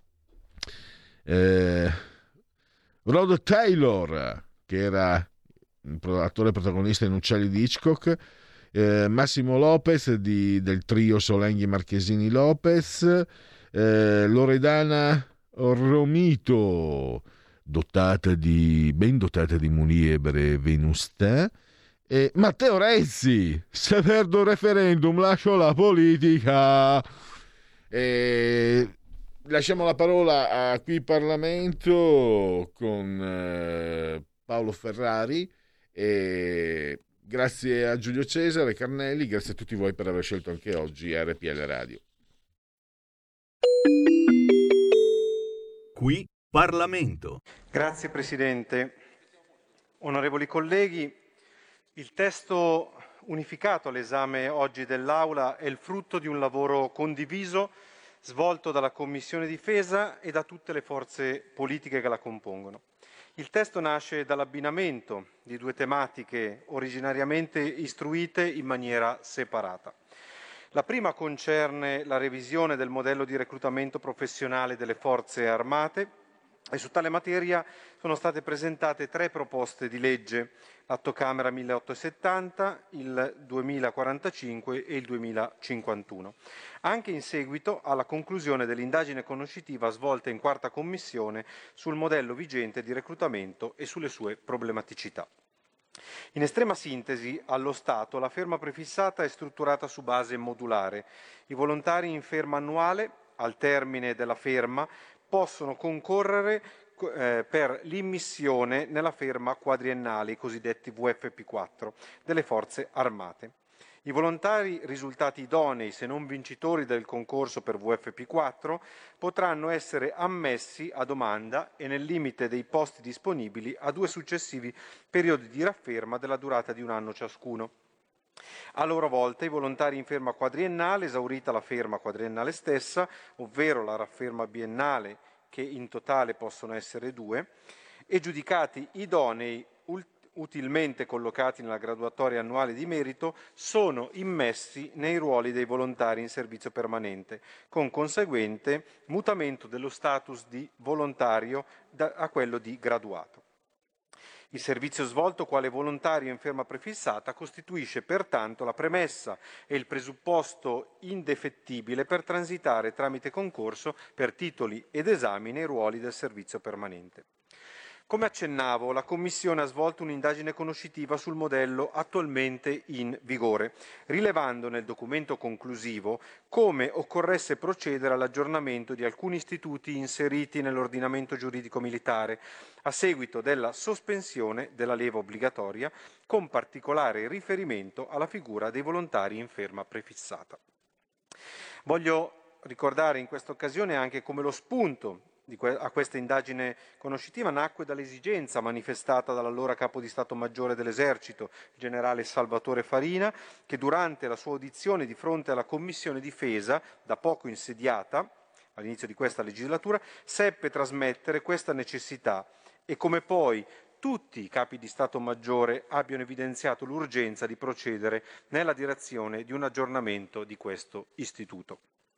Eh, Rod Taylor, che era attore protagonista in Uccelli di Hitchcock. Eh, Massimo Lopez di, del trio Solenghi Marchesini Lopez. Eh, Loredana Romito, dotata di, ben dotata di Muniebere Venustin, e Matteo Renzi, se perdo il referendum lascio la politica. E lasciamo la parola a qui Parlamento con eh, Paolo Ferrari, e grazie a Giulio Cesare Carnelli, grazie a tutti voi per aver scelto anche oggi R P L Radio. Qui Parlamento. Grazie Presidente. Onorevoli colleghi, il testo unificato all'esame oggi dell'Aula è il frutto di un lavoro condiviso svolto dalla Commissione Difesa e da tutte le forze politiche che la compongono. Il testo nasce dall'abbinamento di due tematiche originariamente istruite in maniera separata. La prima concerne la revisione del modello di reclutamento professionale delle forze armate E su tale materia sono state presentate tre proposte di legge, l'Atto Camera milleottocentosettanta, il duemilaquarantacinque e il duemilacinquantuno, anche in seguito alla conclusione dell'indagine conoscitiva svolta in quarta commissione sul modello vigente di reclutamento e sulle sue problematicità. In estrema sintesi, allo Stato la ferma prefissata è strutturata su base modulare. I volontari in ferma annuale, al termine della ferma, possono concorrere eh, per l'immissione nella ferma quadriennale, i cosiddetti V F P quattro, delle Forze Armate. I volontari risultati idonei, se non vincitori del concorso per V F P quattro, potranno essere ammessi a domanda e nel limite dei posti disponibili a due successivi periodi di rafferma della durata di un anno ciascuno. A loro volta i volontari in ferma quadriennale, esaurita la ferma quadriennale stessa, ovvero la rafferma biennale, che in totale possono essere due, e giudicati idonei utilmente collocati nella graduatoria annuale di merito, sono immessi nei ruoli dei volontari in servizio permanente, con conseguente mutamento dello status di volontario da, a quello di graduato. Il servizio svolto quale volontario in ferma prefissata costituisce pertanto la premessa e il presupposto indefettibile per transitare tramite concorso per titoli ed esami nei ruoli del servizio permanente. Come accennavo, la Commissione ha svolto un'indagine conoscitiva sul modello attualmente in vigore, rilevando nel documento conclusivo come occorresse procedere all'aggiornamento di alcuni istituti inseriti nell'ordinamento giuridico militare, a seguito della sospensione della leva obbligatoria, con particolare riferimento alla figura dei volontari in ferma prefissata. Voglio ricordare in questa occasione anche come lo spunto a questa indagine conoscitiva nacque dall'esigenza manifestata dall'allora capo di Stato Maggiore dell'Esercito, generale Salvatore Farina, che durante la sua audizione di fronte alla Commissione Difesa, da poco insediata, all'inizio di questa legislatura, seppe trasmettere questa necessità e come poi tutti i capi di Stato Maggiore abbiano evidenziato l'urgenza di procedere nella direzione di un aggiornamento di questo istituto.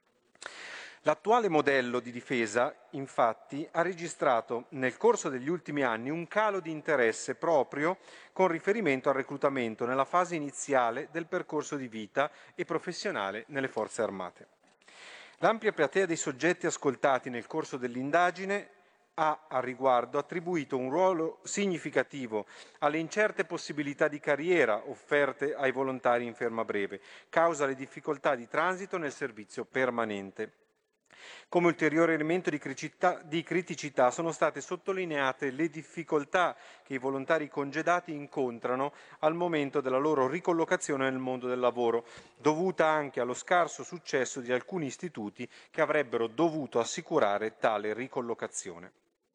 L'attuale modello di difesa, infatti, ha registrato nel corso degli ultimi anni un calo di interesse proprio con riferimento al reclutamento nella fase iniziale del percorso di vita e professionale nelle Forze Armate. L'ampia platea dei soggetti ascoltati nel corso dell'indagine ha, a riguardo, attribuito un ruolo significativo alle incerte possibilità di carriera offerte ai volontari in ferma breve, causa le difficoltà di transito nel servizio permanente. Come ulteriore elemento di criticità, di criticità sono state sottolineate le difficoltà che i volontari congedati incontrano al momento della loro ricollocazione nel mondo del lavoro, dovuta anche allo scarso successo di alcuni istituti che avrebbero dovuto assicurare tale ricollocazione.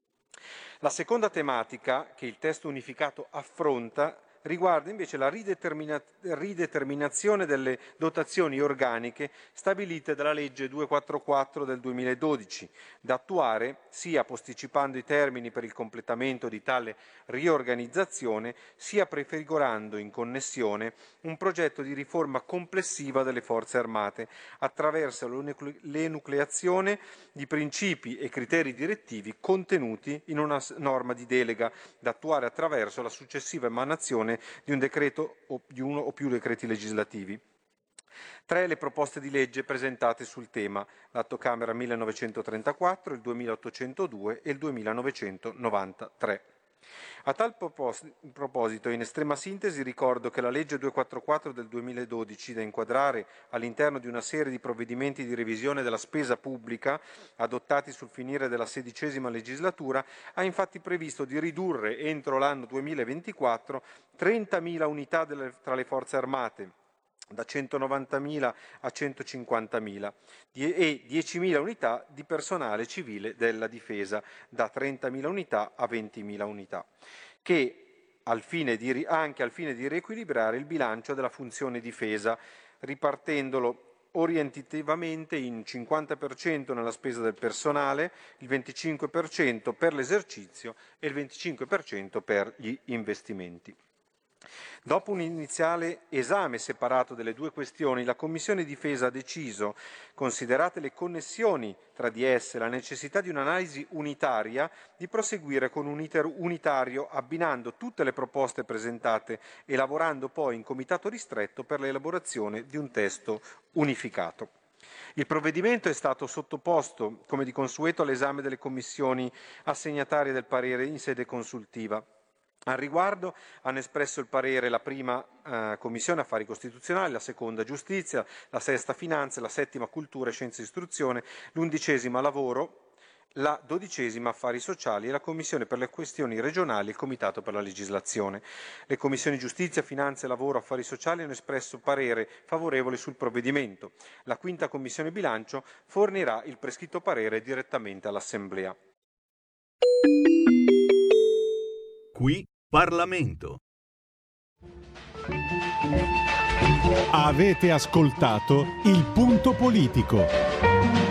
La seconda tematica che il testo unificato affronta riguarda invece la ridetermina- rideterminazione delle dotazioni organiche stabilite dalla legge duecentoquarantaquattro del duemiladodici, da attuare sia posticipando i termini per il completamento di tale riorganizzazione, sia prefigurando in connessione un progetto di riforma complessiva delle Forze Armate, attraverso l'enucleazione di principi e criteri direttivi contenuti in una norma di delega, da attuare attraverso la successiva emanazione di un decreto o di uno o più decreti legislativi. Tre le proposte di legge presentate sul tema, l'Atto Camera millenovecentotrentaquattro, il duemilaottocentodue e il duemilanovecentonovantatré. A tal proposito, in estrema sintesi, ricordo che la legge duecentoquarantaquattro del duemiladodici, da inquadrare all'interno di una serie di provvedimenti di revisione della spesa pubblica adottati sul finire della sedicesima legislatura, ha infatti previsto di ridurre entro l'anno duemilaventiquattro trentamila unità delle, tra le Forze Armate, da centonovantamila a centocinquantamila, e diecimila unità di personale civile della difesa, da trentamila unità a ventimila unità, che al fine di, anche al fine di riequilibrare il bilancio della funzione difesa, ripartendolo orientativamente in cinquanta per cento nella spesa del personale, il venticinque per cento per l'esercizio e il venticinque per cento per gli investimenti. Dopo un iniziale esame separato delle due questioni, la Commissione Difesa ha deciso, considerate le connessioni tra di esse e la necessità di un'analisi unitaria, di proseguire con un iter unitario abbinando tutte le proposte presentate e lavorando poi in comitato ristretto per l'elaborazione di un testo unificato. Il provvedimento è stato sottoposto, come di consueto, all'esame delle commissioni assegnatarie del parere in sede consultiva. Al riguardo hanno espresso il parere la prima eh, Commissione Affari Costituzionali, la seconda Giustizia, la sesta Finanze, la settima Cultura e Scienze e Istruzione, l'undicesima Lavoro, la dodicesima Affari Sociali e la Commissione per le Questioni Regionali e il Comitato per la Legislazione. Le Commissioni Giustizia, Finanze, Lavoro e Affari Sociali hanno espresso parere favorevole sul provvedimento. La quinta Commissione Bilancio fornirà il prescritto parere direttamente all'Assemblea. Qui Parlamento. Avete ascoltato Il Punto Politico.